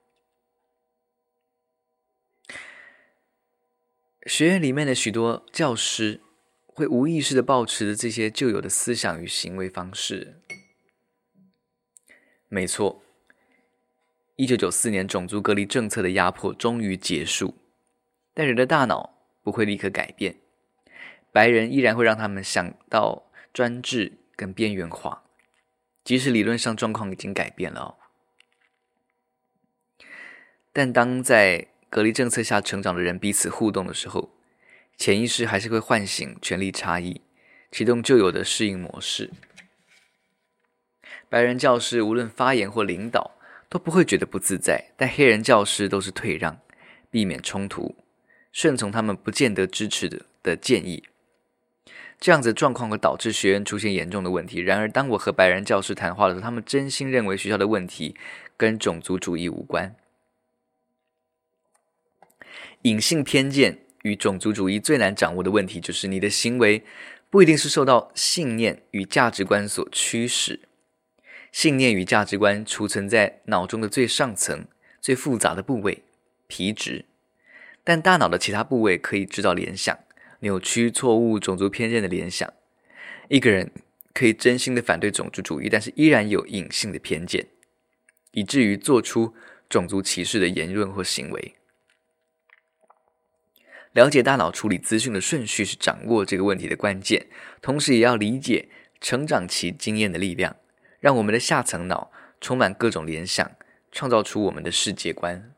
学院里面的许多教师会无意识地抱持着这些旧有的思想与行为方式。没错，1994年种族隔离政策的压迫终于结束，但人的大脑不会立刻改变，白人依然会让他们想到专制跟边缘化，即使理论上状况已经改变了。但当在隔离政策下成长的人彼此互动的时候，潜意识还是会唤醒权力差异，启动旧有的适应模式。白人教师无论发言或领导都不会觉得不自在，但黑人教师都是退让，避免冲突，顺从他们不见得支持的建议。这样子的状况会导致学院出现严重的问题。然而当我和白人教师谈话的时候，他们真心认为学校的问题跟种族主义无关。隐性偏见与种族主义最难掌握的问题，就是你的行为不一定是受到信念与价值观所驱使。信念与价值观储存在脑中的最上层、最复杂的部位——皮质，但大脑的其他部位可以制造联想，扭曲、错误、种族偏见的联想。一个人可以真心的反对种族主义，但是依然有隐性的偏见，以至于做出种族歧视的言论或行为。 了解大脑处理资讯的顺序是掌握这个问题的关键，同时也要理解成长期经验的力量，让我们的下层脑充满各种联想，创造出我们的世界观。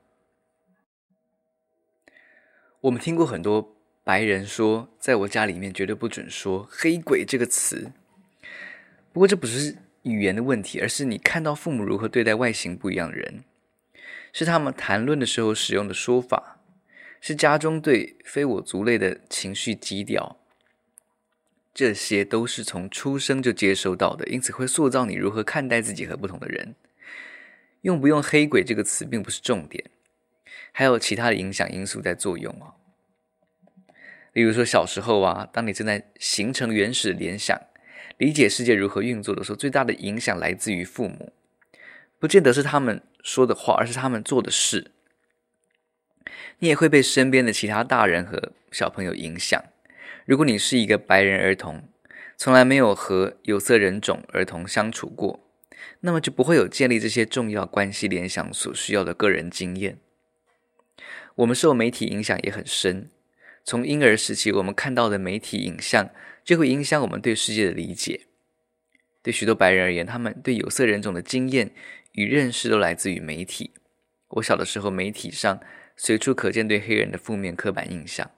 我们听过很多白人说，在我家里面绝对不准说黑鬼这个词。不过这不是语言的问题，而是你看到父母如何对待外形不一样的人，是他们谈论的时候使用的说法，是家中对非我族类的情绪基调，这些都是从出生就接收到的，因此会塑造你如何看待自己和不同的人。用不用黑鬼这个词并不是重点，还有其他的影响因素在作用啊。例如说小时候啊，当你正在形成原始的联想，理解世界如何运作的时候，最大的影响来自于父母，不见得是他们说的话，而是他们做的事。你也会被身边的其他大人和小朋友影响。如果你是一个白人儿童，从来没有和有色人种儿童相处过，那么就不会有建立这些重要关系联想所需要的个人经验。我们受媒体影响也很深，从婴儿时期我们看到的媒体影像就会影响我们对世界的理解。对许多白人而言，他们对有色人种的经验与认识都来自于媒体。我小的时候，媒体上随处可见对黑人的负面刻板印象。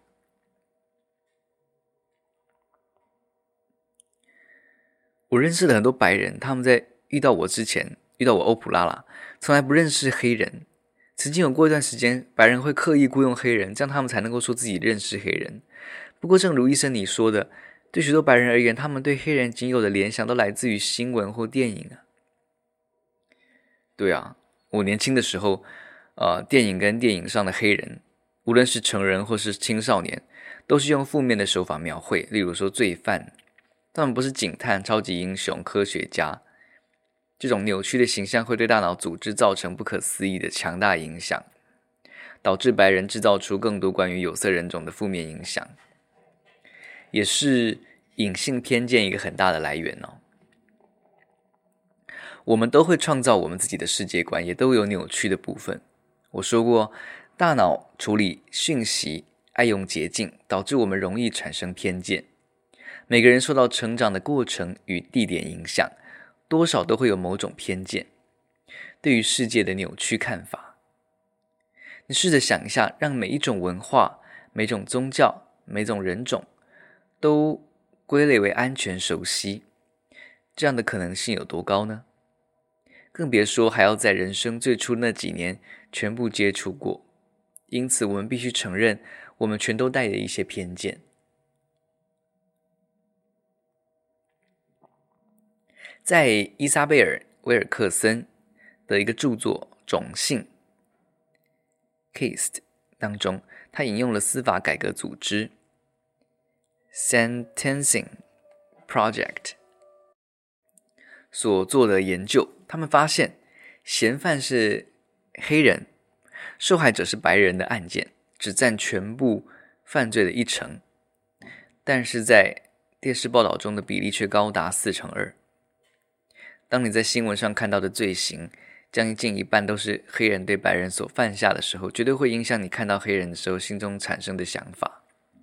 我认识了很多白人，他们在遇到我之前，遇到我欧普拉啦，从来不认识黑人。曾经有过一段时间，白人会刻意雇佣黑人，这样他们才能够说自己认识黑人。不过正如医生你说的，对许多白人而言，他们对黑人仅有的联想都来自于新闻或电影啊。对啊，我年轻的时候，电影跟电影上的黑人，无论是成人或是青少年，都是用负面的手法描绘，例如说罪犯，他们不是警探、超级英雄、科学家。这种扭曲的形象会对大脑组织造成不可思议的强大影响，导致白人制造出更多关于有色人种的负面影响，也是隐性偏见一个很大的来源哦。我们都会创造我们自己的世界观，也都有扭曲的部分。我说过，大脑处理讯息爱用捷径，导致我们容易产生偏见。每个人受到成长的过程与地点影响，多少都会有某种偏见，对于世界的扭曲看法。你试着想一下，让每一种文化、每种宗教、每种人种都归类为安全熟悉，这样的可能性有多高呢？更别说还要在人生最初那几年全部接触过。因此我们必须承认，我们全都带着一些偏见。在伊莎贝尔·威尔克森的一个著作《种姓》 Caste 当中，他引用了司法改革组织 Sentencing Project 所做的研究。他们发现嫌犯是黑人，受害者是白人的案件只占全部犯罪的1%，但是在电视报道中的比例却高达2%。当你在新闻上看到的罪行将近一半都是黑人对白人所犯下的时候，绝对会影响你看到黑人的时候心中产生的想法。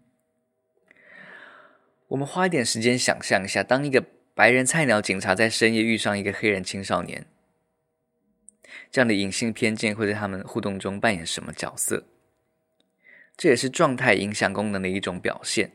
我们花一点时间想象一下，当一个白人菜鸟警察在深夜遇上一个黑人青少年，这样的隐性偏见会在他们互动中扮演什么角色？这也是状态影响功能的一种表现。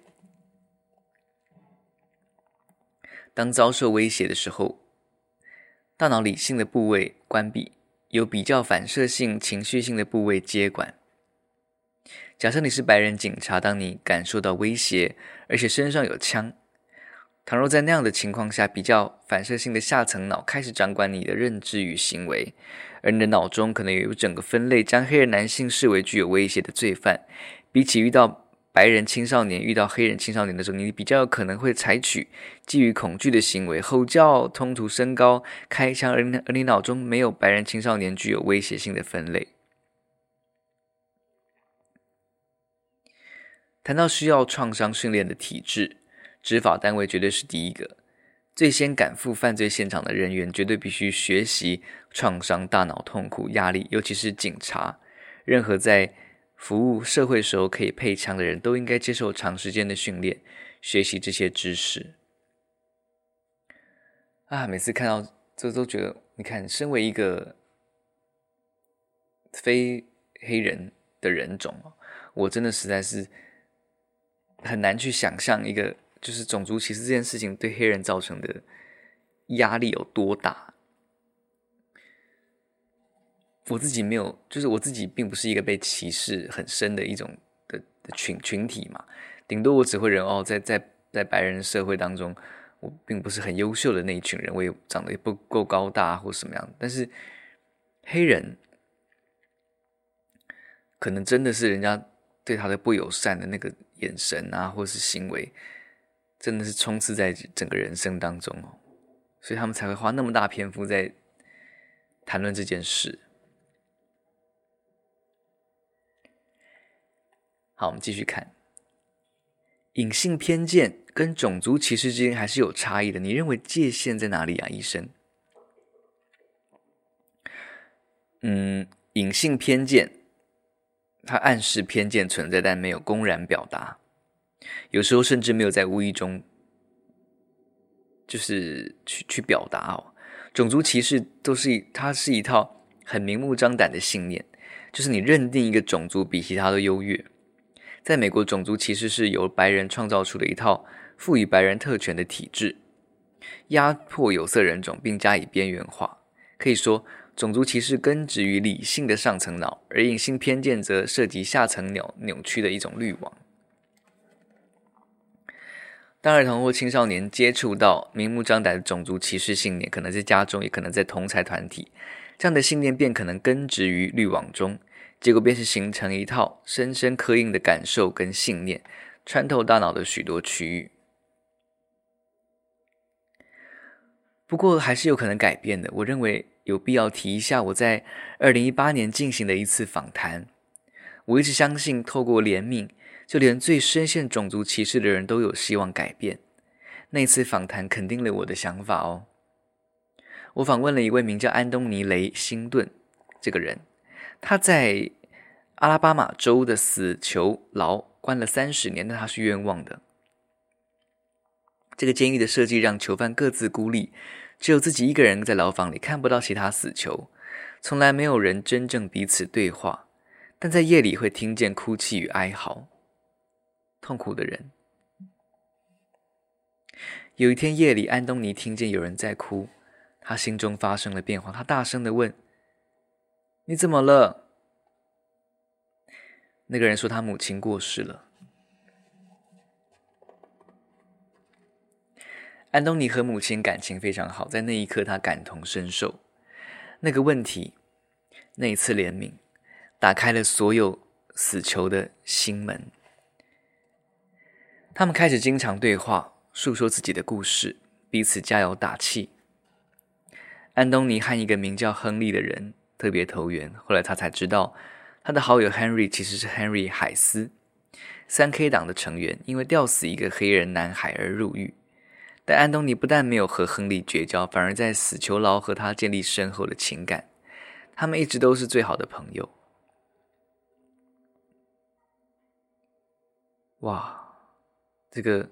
当遭受威胁的时候，大脑理性的部位关闭，由比较反射性、情绪性的部位接管。假设你是白人警察，当你感受到威胁，而且身上有枪，倘若在那样的情况下，比较反射性的下层脑开始掌管你的认知与行为，而你的脑中可能有整个分类将黑人男性视为具有威胁的罪犯。比起遇到白人青少年遇到黑人青少年的时候，你比较有可能会采取基于恐惧的行为，吼叫、冲突升高、开枪，而你脑中没有白人青少年具有威胁性的分类。谈到需要创伤训练的体制，执法单位绝对是第一个。最先赶赴犯罪现场的人员绝对必须学习创伤、大脑痛苦、压力，尤其是警察。任何在服务社会时候可以配枪的人都应该接受长时间的训练，学习这些知识。每次看到这都觉得，你看，身为一个非黑人的人种，我真的实在是很难去想象一个就是种族歧视这件事情对黑人造成的压力有多大。我自己没有，就是我自己并不是一个被歧视很深的一种的群体嘛，顶多我只会在白人社会当中，我并不是很优秀的那一群人，我也长得也不够高大或什么样，但是黑人可能真的是人家对他的不友善的那个眼神啊，或是行为，真的是充斥在整个人生当中哦，所以他们才会花那么大篇幅在谈论这件事。好，我们继续看，隐性偏见跟种族歧视之间还是有差异的，你认为界限在哪里啊，医生？隐性偏见，它暗示偏见存在，但没有公然表达，有时候甚至没有在无意中就是去表达哦。种族歧视它是一套很明目张胆的信念，就是你认定一个种族比其他都优越。在美国，种族歧视是由白人创造出的一套赋予白人特权的体制，压迫有色人种并加以边缘化。可以说，种族歧视根植于理性的上层脑，而隐性偏见则涉及下层脑扭曲的一种滤网。当儿童或青少年接触到明目张胆的种族歧视信念，可能在家中，也可能在同侪团体，这样的信念便可能根植于滤网中，结果便是形成一套深深刻印的感受跟信念，穿透大脑的许多区域。不过还是有可能改变的，我认为有必要提一下我在2018年进行的一次访谈。我一直相信透过怜悯，就连最深陷种族歧视的人都有希望改变。那次访谈肯定了我的想法哦。我访问了一位名叫安东尼·雷辛顿这个人，他在阿拉巴马州的死囚牢关了30年，但他是冤枉的。这个监狱的设计让囚犯各自孤立，只有自己一个人在牢房里，看不到其他死囚，从来没有人真正彼此对话，但在夜里会听见哭泣与哀嚎。痛苦的人。有一天夜里，安东尼听见有人在哭，他心中发生了变化，他大声地问：你怎么了？那个人说他母亲过世了。安东尼和母亲感情非常好，在那一刻他感同身受。那个问题，那一次怜悯，打开了所有死囚的心门。他们开始经常对话，述说自己的故事，彼此加油打气。安东尼和一个名叫亨利的人特别投缘，后来他才知道，他的好友 Henry 其实是 Henry 海斯，3K 党的成员，因为吊死一个黑人男孩而入狱。但安东尼不但没有和亨利绝交，反而在死囚牢和他建立深厚的情感，他们一直都是最好的朋友。哇，这个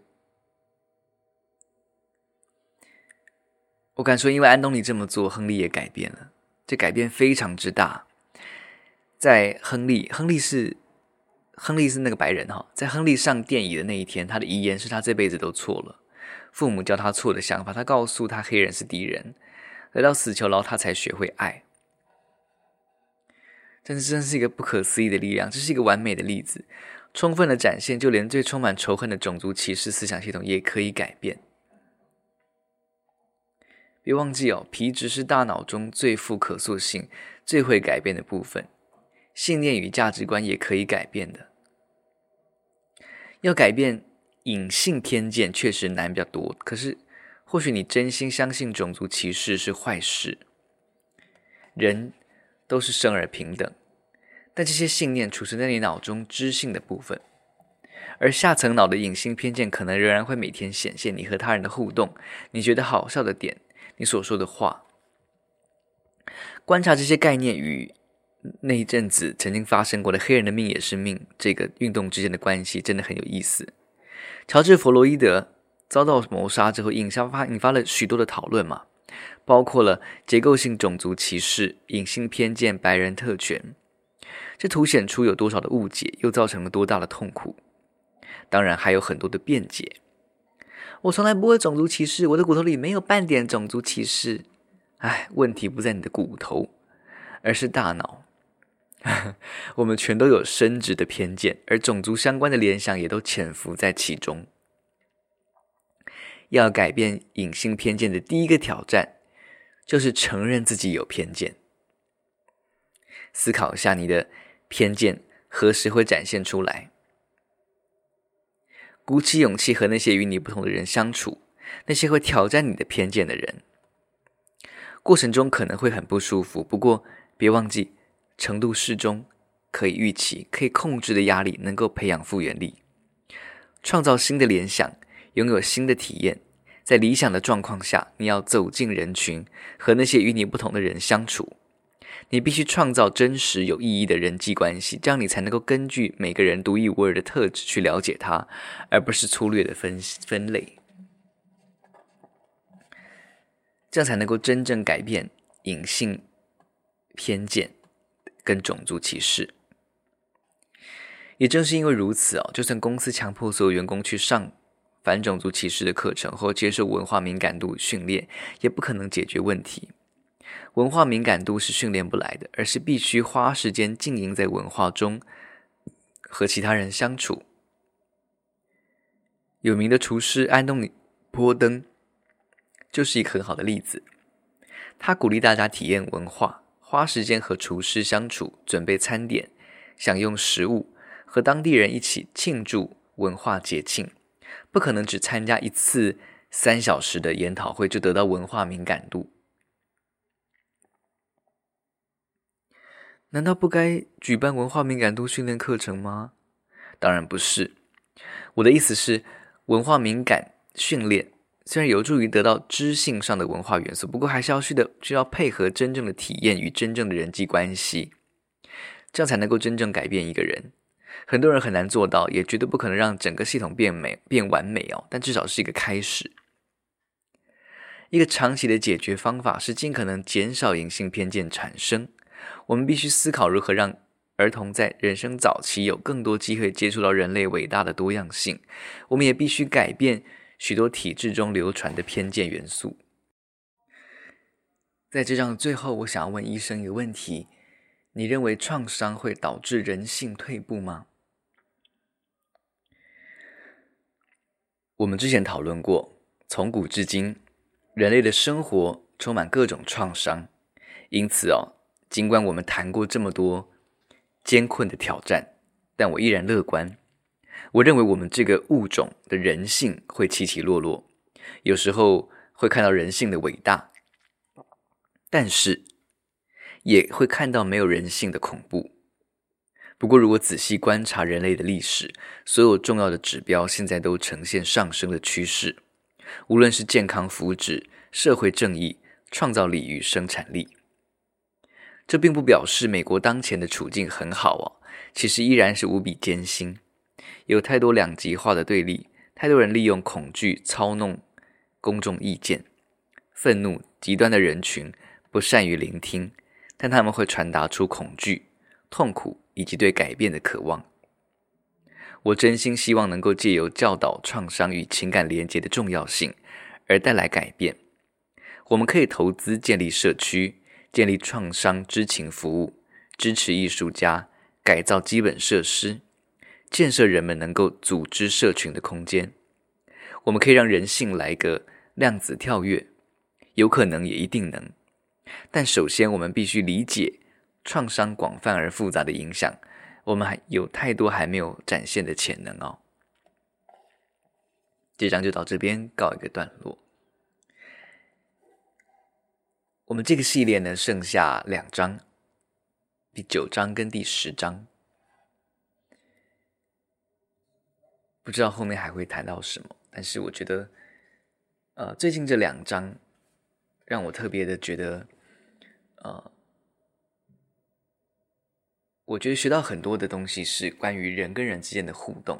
我敢说，因为安东尼这么做，亨利也改变了，这改变非常之大。在亨利是那个白人哈，在亨利上电椅的那一天，他的遗言是他这辈子都错了。父母教他错的想法，他告诉他黑人是敌人，来到死囚牢他才学会爱。真是一个不可思议的力量，这是一个完美的例子，充分的展现就连最充满仇恨的种族歧视思想系统也可以改变。别忘记哦，皮质是大脑中最富可塑性、最会改变的部分，信念与价值观也可以改变的。要改变隐性偏见确实难比较多，可是或许你真心相信种族歧视是坏事，人都是生而平等，但这些信念储存在你脑中知性的部分，而下层脑的隐性偏见可能仍然会每天显现你和他人的互动，你觉得好笑的点，你所说的话。观察这些概念与那一阵子曾经发生过的黑人的命也是命这个运动之间的关系真的很有意思。乔治·弗洛伊德遭到谋杀之后引发了许多的讨论嘛，包括了结构性种族歧视、隐性偏见、白人特权，这凸显出有多少的误解，又造成了多大的痛苦。当然还有很多的辩解，我从来不会种族歧视，我的骨头里没有半点种族歧视。问题不在你的骨头，而是大脑。我们全都有生殖的偏见，而种族相关的联想也都潜伏在其中。要改变隐性偏见的第一个挑战，就是承认自己有偏见。思考一下你的偏见何时会展现出来。鼓起勇气和那些与你不同的人相处，那些会挑战你的偏见的人。过程中可能会很不舒服，不过别忘记，程度适中，可以预期、可以控制的压力能够培养复原力，创造新的联想，拥有新的体验。在理想的状况下，你要走进人群，和那些与你不同的人相处。你必须创造真实有意义的人际关系，这样你才能够根据每个人独一无二的特质去了解他，而不是粗略的分类。这样才能够真正改变隐性偏见跟种族歧视。也正是因为如此，就算公司强迫所有员工去上反种族歧视的课程或接受文化敏感度训练，也不可能解决问题。文化敏感度是训练不来的，而是必须花时间浸淫在文化中，和其他人相处。有名的厨师安东尼·波登就是一个很好的例子。他鼓励大家体验文化，花时间和厨师相处，准备餐点，享用食物，和当地人一起庆祝文化节庆。不可能只参加一次3小时的研讨会就得到文化敏感度。难道不该举办文化敏感度训练课程吗？当然不是。我的意思是，文化敏感训练虽然有助于得到知性上的文化元素，不过还是需要配合真正的体验与真正的人际关系，这样才能够真正改变一个人。很多人很难做到，也绝对不可能让整个系统变完美，但至少是一个开始。一个长期的解决方法是尽可能减少隐性偏见产生。我们必须思考如何让儿童在人生早期有更多机会接触到人类伟大的多样性。我们也必须改变许多体制中流传的偏见元素。在这章最后，我想要问医生一个问题：你认为创伤会导致人性退步吗？我们之前讨论过，从古至今，人类的生活充满各种创伤，因此尽管我们谈过这么多艰困的挑战，但我依然乐观。我认为我们这个物种的人性会起起落落，有时候会看到人性的伟大，但是也会看到没有人性的恐怖。不过如果仔细观察人类的历史，所有重要的指标现在都呈现上升的趋势，无论是健康福祉、社会正义、创造力与生产力。这并不表示美国当前的处境很好，其实依然是无比艰辛。有太多两极化的对立，太多人利用恐惧操弄公众意见，愤怒极端的人群不善于聆听，但他们会传达出恐惧、痛苦以及对改变的渴望。我真心希望能够借由教导创伤与情感连结的重要性而带来改变。我们可以投资建立社区，建立创伤知情服务，支持艺术家，改造基本设施，建设人们能够组织社群的空间。我们可以让人性来个量子跳跃，有可能也一定能。但首先我们必须理解创伤广泛而复杂的影响，我们还有太多还没有展现的潜能。这章就到这边告一个段落。我们这个系列呢，剩下2章，第9章跟第10章。不知道后面还会谈到什么，但是我觉得最近这2章让我特别的觉得我觉得学到很多的东西是关于人跟人之间的互动。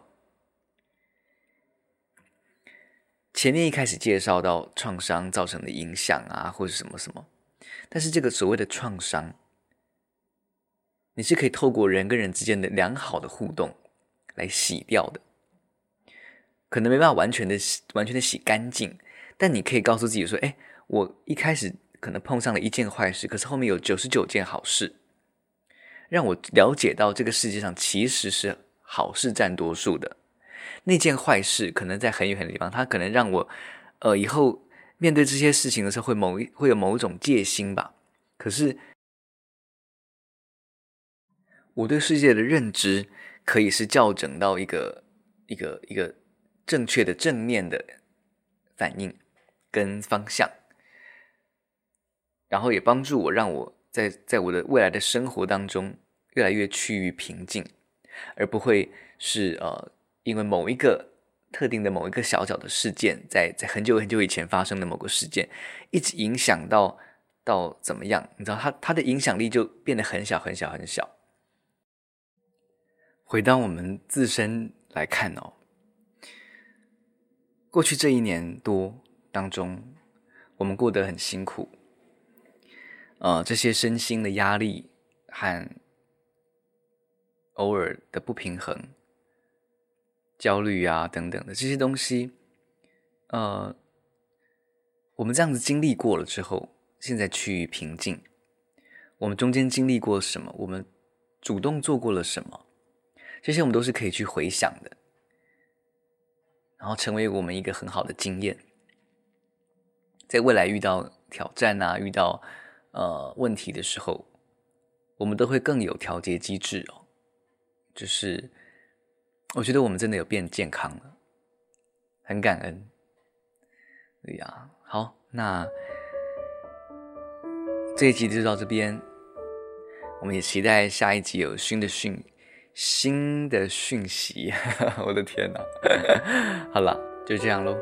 前面一开始介绍到创伤造成的影响啊，或者什么什么，但是这个所谓的创伤，你是可以透过人跟人之间的良好的互动来洗掉的。可能没办法完全的洗干净，但你可以告诉自己说，我一开始可能碰上了一件坏事，可是后面有99件好事，让我了解到这个世界上其实是好事占多数的。那件坏事可能在很远很远的地方，它可能让我以后面对这些事情的时候会有某一种戒心吧。可是我对世界的认知可以是校正到一个正确的正面的反应跟方向，然后也帮助我让我在我的未来的生活当中越来越趋于平静，而不会是因为某一个特定的某一个小小的事件，在很久很久以前发生的某个事件，一直影响到怎么样？你知道它的影响力就变得很小很小很小。回到我们自身来看哦，过去这1年多当中，我们过得很辛苦，这些身心的压力和偶尔的不平衡、焦虑啊等等的这些东西，我们这样子经历过了之后，现在趋于平静。我们中间经历过什么？我们主动做过了什么？这些我们都是可以去回想的，然后成为我们一个很好的经验。在未来遇到挑战啊，遇到问题的时候，我们都会更有调节机制哦。就是我觉得我们真的有变健康了，很感恩。对呀，好，那这一集就到这边，我们也期待下一集有新的讯息。我的天哪！好了，就这样咯。